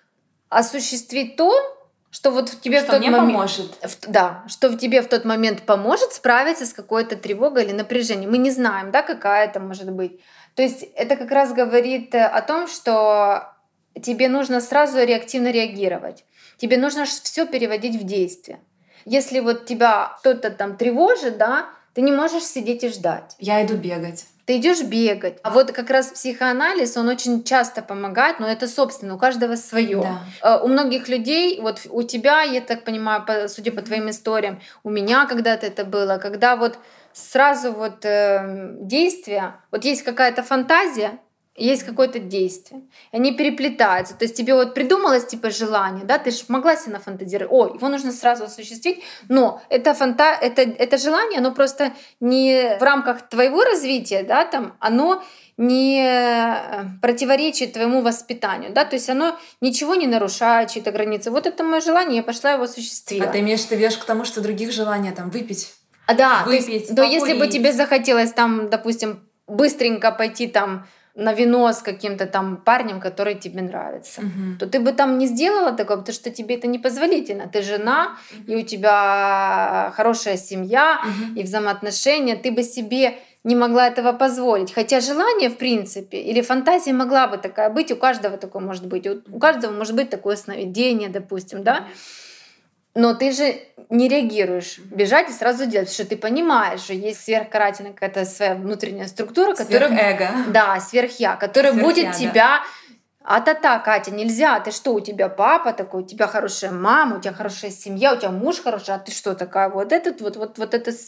осуществить то, что вот в тебе Что в тот мне момент, поможет. в- да, что в тебе в тот момент поможет справиться с какой-то тревогой или напряжением. Мы не знаем, да, какая это может быть. То есть это как раз говорит э, о том, что тебе нужно сразу реактивно реагировать. Тебе нужно все переводить в действие. Если вот тебя кто-то там тревожит, да, ты не можешь сидеть и ждать. Я иду бегать. Ты идешь бегать. А вот как раз психоанализ, он очень часто помогает, но это собственно, у каждого свое. Да. У многих людей, вот у тебя, я так понимаю, по- судя по твоим историям, у меня когда-то это было, когда вот сразу вот э, действие, вот есть какая-то фантазия, есть какое-то действие. И они переплетаются. То есть тебе вот придумалось типа желание, да, ты же могла себе нафантазировать, ой, его нужно сразу осуществить, но это, фанта... это, это желание, оно просто не в рамках твоего развития, да, там, оно не противоречит твоему воспитанию, да, то есть оно ничего не нарушает, чьи-то границы. Вот это мое желание, я пошла его осуществила. А ты имеешь в виду к тому, что других желания там выпить? А, да, выпить, то есть, да, если бы тебе захотелось там, допустим, быстренько пойти там на вино с каким-то там парнем, который тебе нравится, угу. то ты бы там не сделала такого, потому что тебе это непозволительно. Ты жена, угу. и у тебя хорошая семья, угу. и взаимоотношения, ты бы себе не могла этого позволить. Хотя желание, в принципе, или фантазия могла бы такая быть, у каждого такое может быть, у каждого может быть такое сновидение, допустим, да. Но ты же не реагируешь, бежать и сразу делать, потому что ты понимаешь, что есть сверхкарательная какая-то своя внутренняя структура, которая... Сверхэго. Да, сверхя, которая Сверхя, будет да. тебя... А-та-та, Катя, нельзя, ты что, у тебя папа такой, у тебя хорошая мама, у тебя хорошая семья, у тебя муж хороший, а ты что такая? Вот этот вот, вот, вот это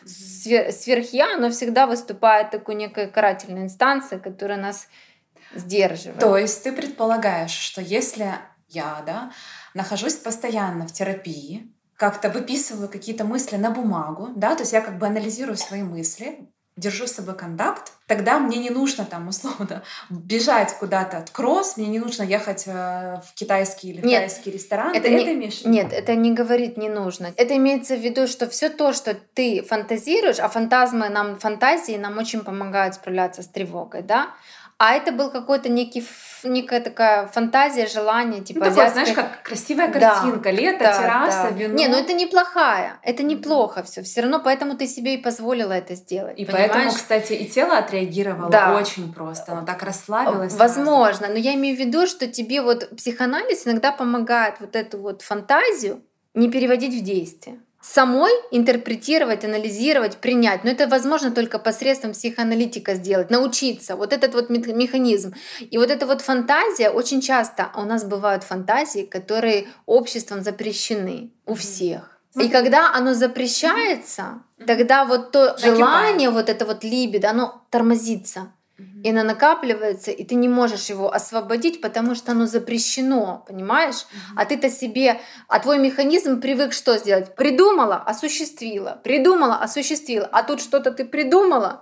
сверхя, оно всегда выступает такой некой карательной инстанцией, которая нас сдерживает. То есть ты предполагаешь, что если я, да, нахожусь постоянно в терапии, как-то выписываю какие-то мысли на бумагу, да, то есть я как бы анализирую свои мысли, держу с собой контакт, тогда мне не нужно там условно бежать куда-то от кросс, мне не нужно ехать в китайский или в нет, тайский ресторан. Это ты не, это имеешь в виду? Нет, это не говорит не нужно. Это имеется в виду, что все то, что ты фантазируешь, а фантазмы нам, фантазии нам очень помогают справляться с тревогой, да? А это был какой-то некий, некая такая фантазия, желание, типа... Ну, такое, азиатской... знаешь, как красивая картинка, да, лето, да, терраса, да. вино. Не, ну это неплохая, это неплохо все. Все равно поэтому ты себе и позволила это сделать. И понимаешь? Поэтому, кстати, и тело отреагировало да. очень просто. Оно так расслабилось. Возможно, сразу. но я имею в виду, что тебе вот психоанализ иногда помогает вот эту вот фантазию не переводить в действие. Самой интерпретировать, анализировать, принять. Но это возможно только посредством психоаналитика сделать, научиться. Вот этот вот механизм. И вот эта вот фантазия, очень часто у нас бывают фантазии, которые обществом запрещены у всех. И когда оно запрещается, тогда вот то желание, вот это вот либидо, оно тормозится. И оно накапливается, и ты не можешь его освободить, потому что оно запрещено, понимаешь? Mm-hmm. А ты-то себе, а твой механизм привык что сделать? Придумала, осуществила, придумала, осуществила. А тут что-то ты придумала,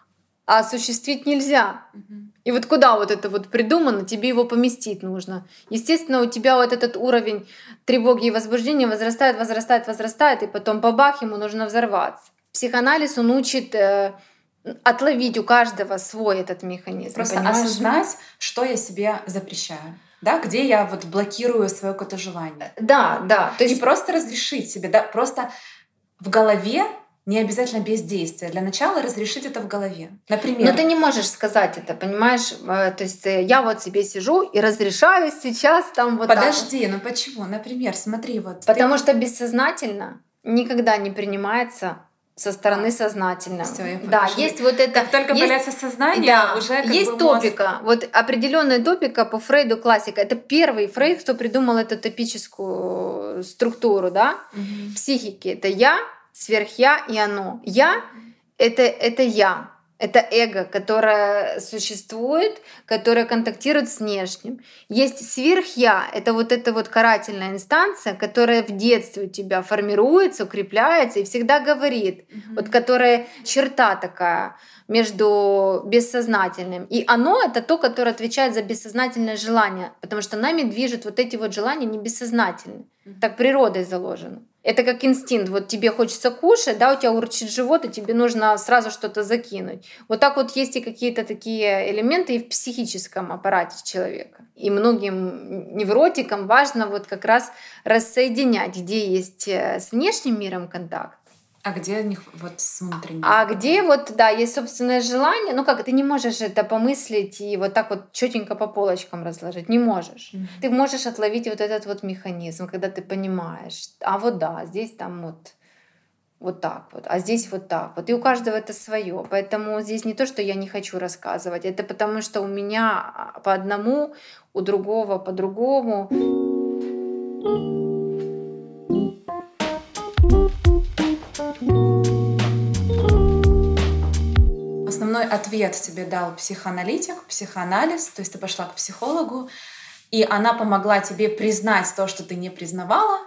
а осуществить нельзя. Mm-hmm. И вот куда вот это вот придумано, тебе его поместить нужно. Естественно, у тебя вот этот уровень тревоги и возбуждения возрастает, возрастает, возрастает, и потом бабах, ему нужно взорваться. Психоанализ, он учит... Э, отловить у каждого свой этот механизм. Просто понимаешь? осознать, что я себе запрещаю. Да, где я вот блокирую свое какое-то желание. Да, да. То есть... И просто разрешить себе, да, просто в голове, не обязательно без действия. Для начала разрешить это в голове. Например. Но ты не можешь сказать это, понимаешь? То есть я вот себе сижу и разрешаю сейчас там вот Подожди, так. ну почему? Например, смотри, вот. Потому ты... что бессознательно никогда не принимается со стороны сознательного. Всё, да, есть вот это. Как только есть, появляется сознание, да, уже как есть бы топика. мозг... Вот определенная топика по Фрейду классика. Это первый Фрейд, кто придумал эту топическую структуру, да, угу. психики. Это я, сверхя и оно. Я это, это я. Это эго, которое существует, которое контактирует с внешним. Есть сверхя, это вот эта вот карательная инстанция, которая в детстве у тебя формируется, укрепляется и всегда говорит, mm-hmm. вот которая черта такая между бессознательным. И оно — это то, которое отвечает за бессознательное желание, потому что нами движут вот эти вот желания не бессознательные. Mm-hmm. Так природой заложено. Это как инстинкт. Вот тебе хочется кушать, да, у тебя урчит живот, и тебе нужно сразу что-то закинуть. Вот так вот есть и какие-то такие элементы и в психическом аппарате человека. И многим невротикам важно вот как раз рассоединять, где есть с внешним миром контакт, а где у них вот с внутренним? А где вот, да, есть собственное желание, ну как, ты не можешь это помыслить и вот так вот четенько по полочкам разложить, не можешь. Mm-hmm. Ты можешь отловить вот этот вот механизм, когда ты понимаешь, а вот да, здесь там вот, вот так вот, а здесь вот так вот. И у каждого это свое, поэтому здесь не то, что я не хочу рассказывать, это потому что у меня по одному, у другого по-другому. В основном основной ответ тебе дал психоаналитик, психоанализ, то есть ты пошла к психологу, и она помогла тебе признать то, что ты не признавала,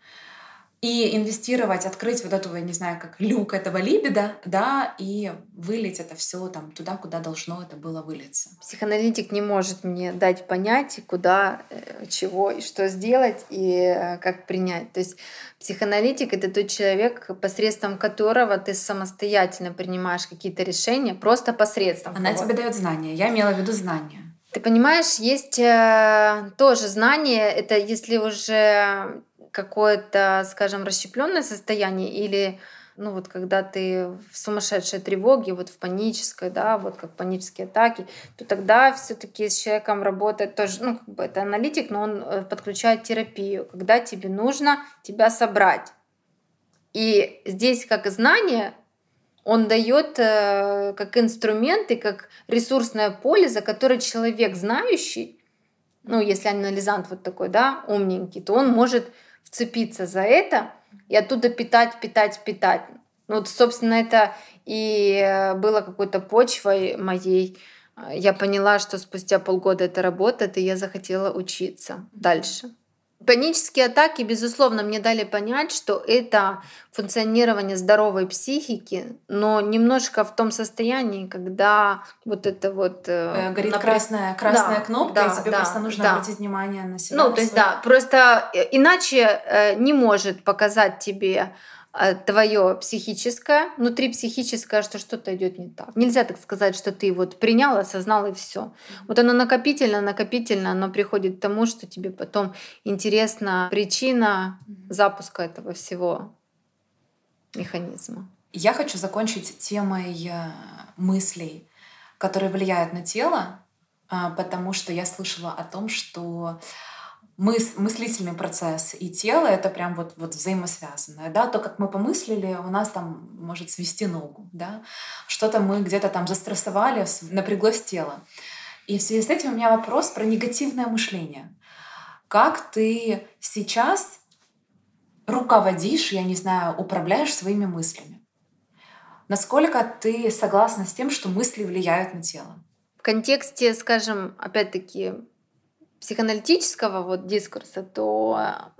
и инвестировать, открыть вот эту, я не знаю, как люк этого либидо, да, и вылить это все там туда, куда должно это было вылиться. Психоаналитик не может мне дать понять, куда, чего и что сделать, и как принять. То есть психоаналитик — это тот человек, посредством которого ты самостоятельно принимаешь какие-то решения, просто посредством. Она кого-то. тебе дает знания. Я имела в виду знания. Ты понимаешь, есть э, тоже знание, это если уже какое-то, скажем, расщепленное состояние или, ну вот когда ты в сумасшедшей тревоге, вот в панической, да, вот как панические атаки, то тогда все-таки с человеком работает тоже, ну как бы это аналитик, но он подключает терапию, когда тебе нужно тебя собрать. И здесь как знание он дает э, как инструмент и как ресурсное поле, за которое человек знающий, ну если анализант вот такой, да, умненький, то он может вцепиться за это и оттуда питать, питать, питать. Ну вот, собственно, это и было какой-то почвой моей. Я поняла, что спустя полгода это работает, и я захотела учиться дальше. Панические атаки, безусловно, мне дали понять, что это функционирование здоровой психики, но немножко в том состоянии, когда вот это вот... Э, горит напря... красная, красная да, кнопка, да, и тебе да, просто нужно да. обратить внимание на себя. Ну, то есть, да, просто иначе не может показать тебе твое психическое, внутри психическое, что что-то идет не так. Нельзя так сказать, что ты вот принял, осознал и все. Mm-hmm. Вот оно накопительно, накопительно, оно приходит к тому, что тебе потом интересна причина mm-hmm. запуска этого всего механизма. Я хочу закончить темой мыслей, которые влияют на тело, потому что я слышала о том, что Мыс, мыслительный процесс и тело — это прям вот, вот взаимосвязанное. Да? То, как мы помыслили, у нас там может свести ногу. Да? Что-то мы где-то там застрессовали, напряглось тело. И в связи с этим у меня вопрос про негативное мышление. Как ты сейчас руководишь, я не знаю, управляешь своими мыслями? Насколько ты согласна с тем, что мысли влияют на тело? В контексте, скажем, опять-таки, психоаналитического вот дискурса, то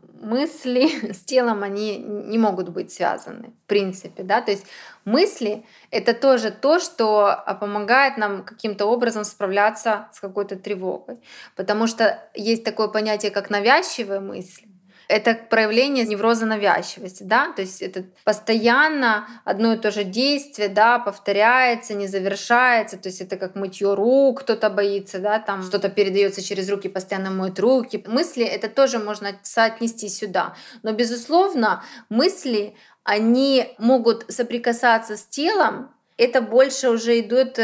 мысли с телом, они не могут быть связаны, в принципе, да, то есть мысли — это тоже то, что помогает нам каким-то образом справляться с какой-то тревогой, потому что есть такое понятие, как навязчивые мысли. Это проявление невроза навязчивости, да, то есть это постоянно одно и то же действие, да, повторяется, не завершается, то есть это как мытье рук, кто-то боится, да, там что-то передается через руки, постоянно моют руки. Мысли это тоже можно соотнести сюда, но безусловно мысли, они могут соприкасаться с телом. Это больше уже идет,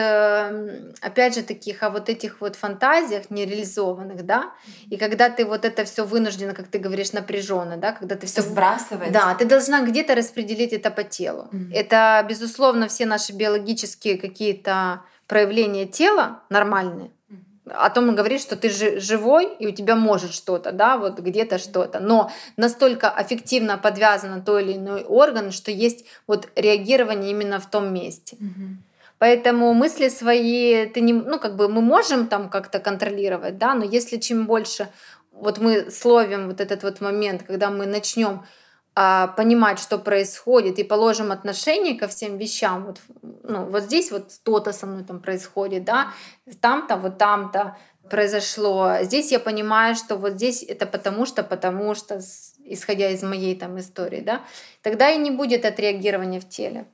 опять же, таких, о вот этих вот фантазиях нереализованных, да, и когда ты вот это все вынуждена, как ты говоришь, напряженно, да, когда ты все сбрасываешь, да, ты должна где-то распределить это по телу. Mm-hmm. Это, безусловно, все наши биологические какие-то проявления тела нормальные. О том и говорит, что ты живой, и у тебя может что-то, да, вот где-то что-то. Но настолько аффективно подвязан той или иной орган, что есть вот реагирование именно в том месте. Mm-hmm. Поэтому мысли свои, ты не, ну, как бы мы можем там как-то контролировать, да, но если чем больше вот мы словим вот этот вот момент, когда мы начнем а, понимать, что происходит, и положим отношение ко всем вещам, вот, ну, вот здесь вот то-то со мной там происходит, да, там-то, вот там-то произошло. Здесь я понимаю, что вот здесь это потому что, потому что, исходя из моей там истории, да, тогда и не будет отреагирования в теле.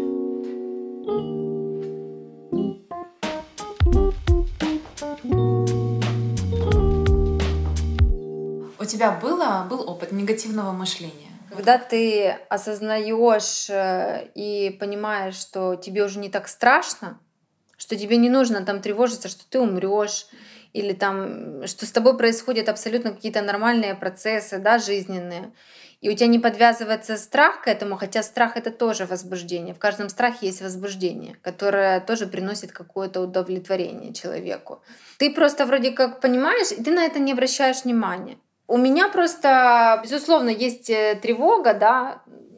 У тебя было, был опыт негативного мышления? Когда ты осознаешь и понимаешь, что тебе уже не так страшно, что тебе не нужно там тревожиться, что ты умрешь, или там, что с тобой происходят абсолютно какие-то нормальные процессы, да, жизненные, и у тебя не подвязывается страх к этому, хотя страх — это тоже возбуждение. В каждом страхе есть возбуждение, которое тоже приносит какое-то удовлетворение человеку. Ты просто вроде как понимаешь, и ты на это не обращаешь внимания. У меня просто, безусловно, есть тревога, да,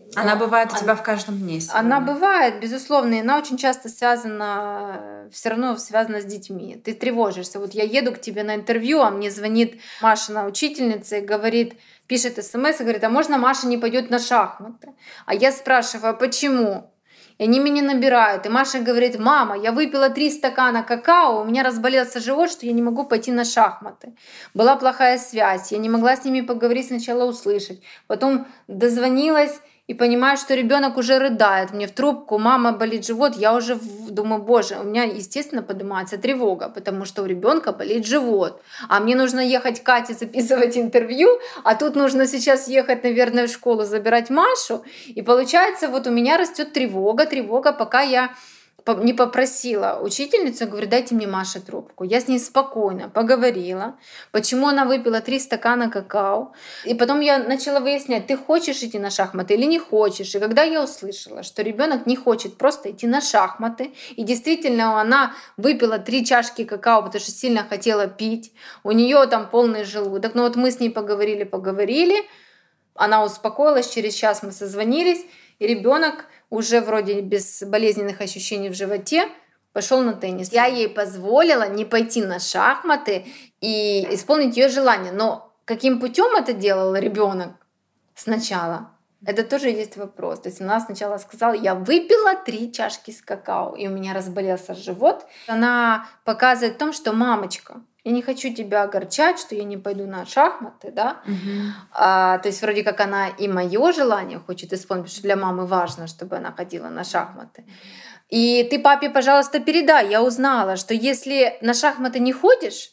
Она бывает у тебя в каждом дне сегодня. Она бывает, безусловно, и она очень часто связана, все равно связана с детьми. Ты тревожишься. Вот я еду к тебе на интервью, а мне звонит Машина учительница и говорит, пишет смс и говорит, а можно Маша не пойдет на шахматы? А я спрашиваю, а почему? И они меня набирают. И Маша говорит, мама, я выпила три стакана какао, у меня разболелся живот, что я не могу пойти на шахматы. Была плохая связь, я не могла с ними поговорить, сначала услышать. Потом дозвонилась и понимаю, что ребенок уже рыдает. Мне в трубку, мама, болит живот. Я уже думаю, боже, у меня, естественно, поднимается тревога, потому что у ребенка болит живот. А мне нужно ехать к Кате записывать интервью, а тут нужно сейчас ехать, наверное, в школу забирать Машу. И получается, вот у меня растет тревога, тревога, пока я не попросила учительницу, говорю, дайте мне Маше трубку. Я с ней спокойно поговорила, почему она выпила три стакана какао. И потом я начала выяснять, ты хочешь идти на шахматы или не хочешь. И когда я услышала, что ребенок не хочет просто идти на шахматы, и действительно она выпила три чашки какао, потому что сильно хотела пить, у нее там полный желудок. Но вот мы с ней поговорили, поговорили, она успокоилась, через час мы созвонились, и ребенок уже вроде без болезненных ощущений в животе пошел на теннис. Я ей позволила не пойти на шахматы и исполнить ее желание. Но каким путем это делал ребенок сначала? Это тоже есть вопрос. То есть она сначала сказала, я выпила три чашки с какао, и у меня разболелся живот. Она показывает в том, что мамочка, я не хочу тебя огорчать, что я не пойду на шахматы, да. Угу. А, то есть вроде как она и мое желание хочет исполнить, потому что для мамы важно, чтобы она ходила на шахматы. И ты папе, пожалуйста, передай. Я узнала, что если на шахматы не ходишь,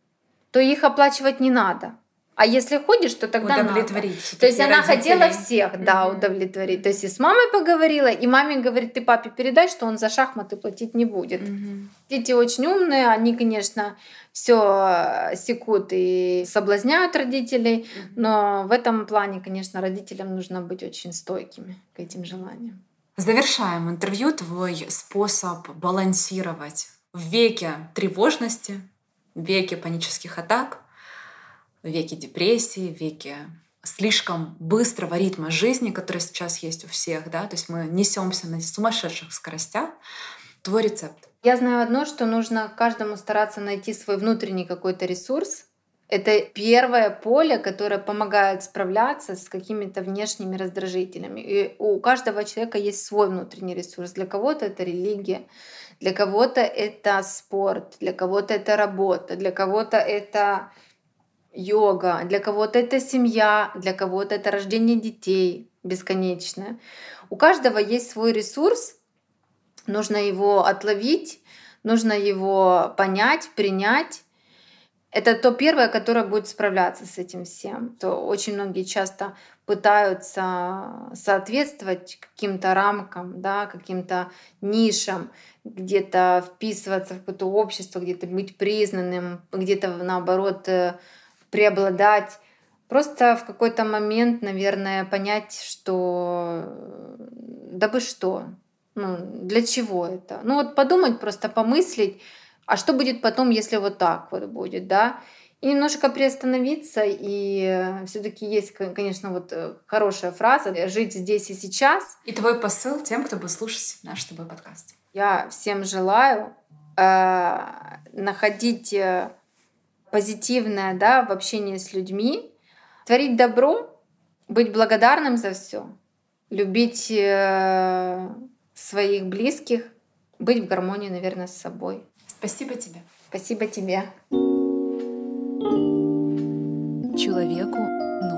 то их оплачивать не надо. А если ходишь, то тогда удовлетворить. Надо. То есть она родителей. хотела всех, Mm-hmm. да, удовлетворить. То есть и с мамой поговорила, и маме говорит, ты папе передай, что он за шахматы платить не будет. Mm-hmm. Дети очень умные, они, конечно, все секут и соблазняют родителей, mm-hmm. но в этом плане, конечно, родителям нужно быть очень стойкими к этим желаниям. Завершаем интервью. Твой способ балансировать в веке тревожности, в веке панических атак, в веке депрессии, в веке слишком быстрого ритма жизни, который сейчас есть у всех, да, то есть мы несемся на сумасшедших скоростях. Твой рецепт? Я знаю одно, что нужно каждому стараться найти свой внутренний какой-то ресурс. Это первое поле, которое помогает справляться с какими-то внешними раздражителями. И у каждого человека есть свой внутренний ресурс. Для кого-то это религия, для кого-то это спорт, для кого-то это работа, для кого-то это йога, для кого-то это семья, для кого-то это рождение детей бесконечное. У каждого есть свой ресурс, нужно его отловить, нужно его понять, принять. Это то первое, которое будет справляться с этим всем. То очень многие часто пытаются соответствовать каким-то рамкам, да, каким-то нишам, где-то вписываться в какое-то общество, где-то быть признанным, где-то наоборот преобладать. Просто в какой-то момент, наверное, понять, что да бы что, ну, для чего это? Ну вот подумать, просто помыслить, а что будет потом, если вот так вот будет, да? И немножко приостановиться, и все-таки есть, конечно, вот хорошая фраза «жить здесь и сейчас». И твой посыл тем, кто будет слушать наш с тобой подкаст. Я всем желаю э, находить позитивное, да, в общении с людьми, творить добро, быть благодарным за все, любить э, своих близких, быть в гармонии, наверное, с собой. Спасибо тебе. Спасибо тебе. Человеку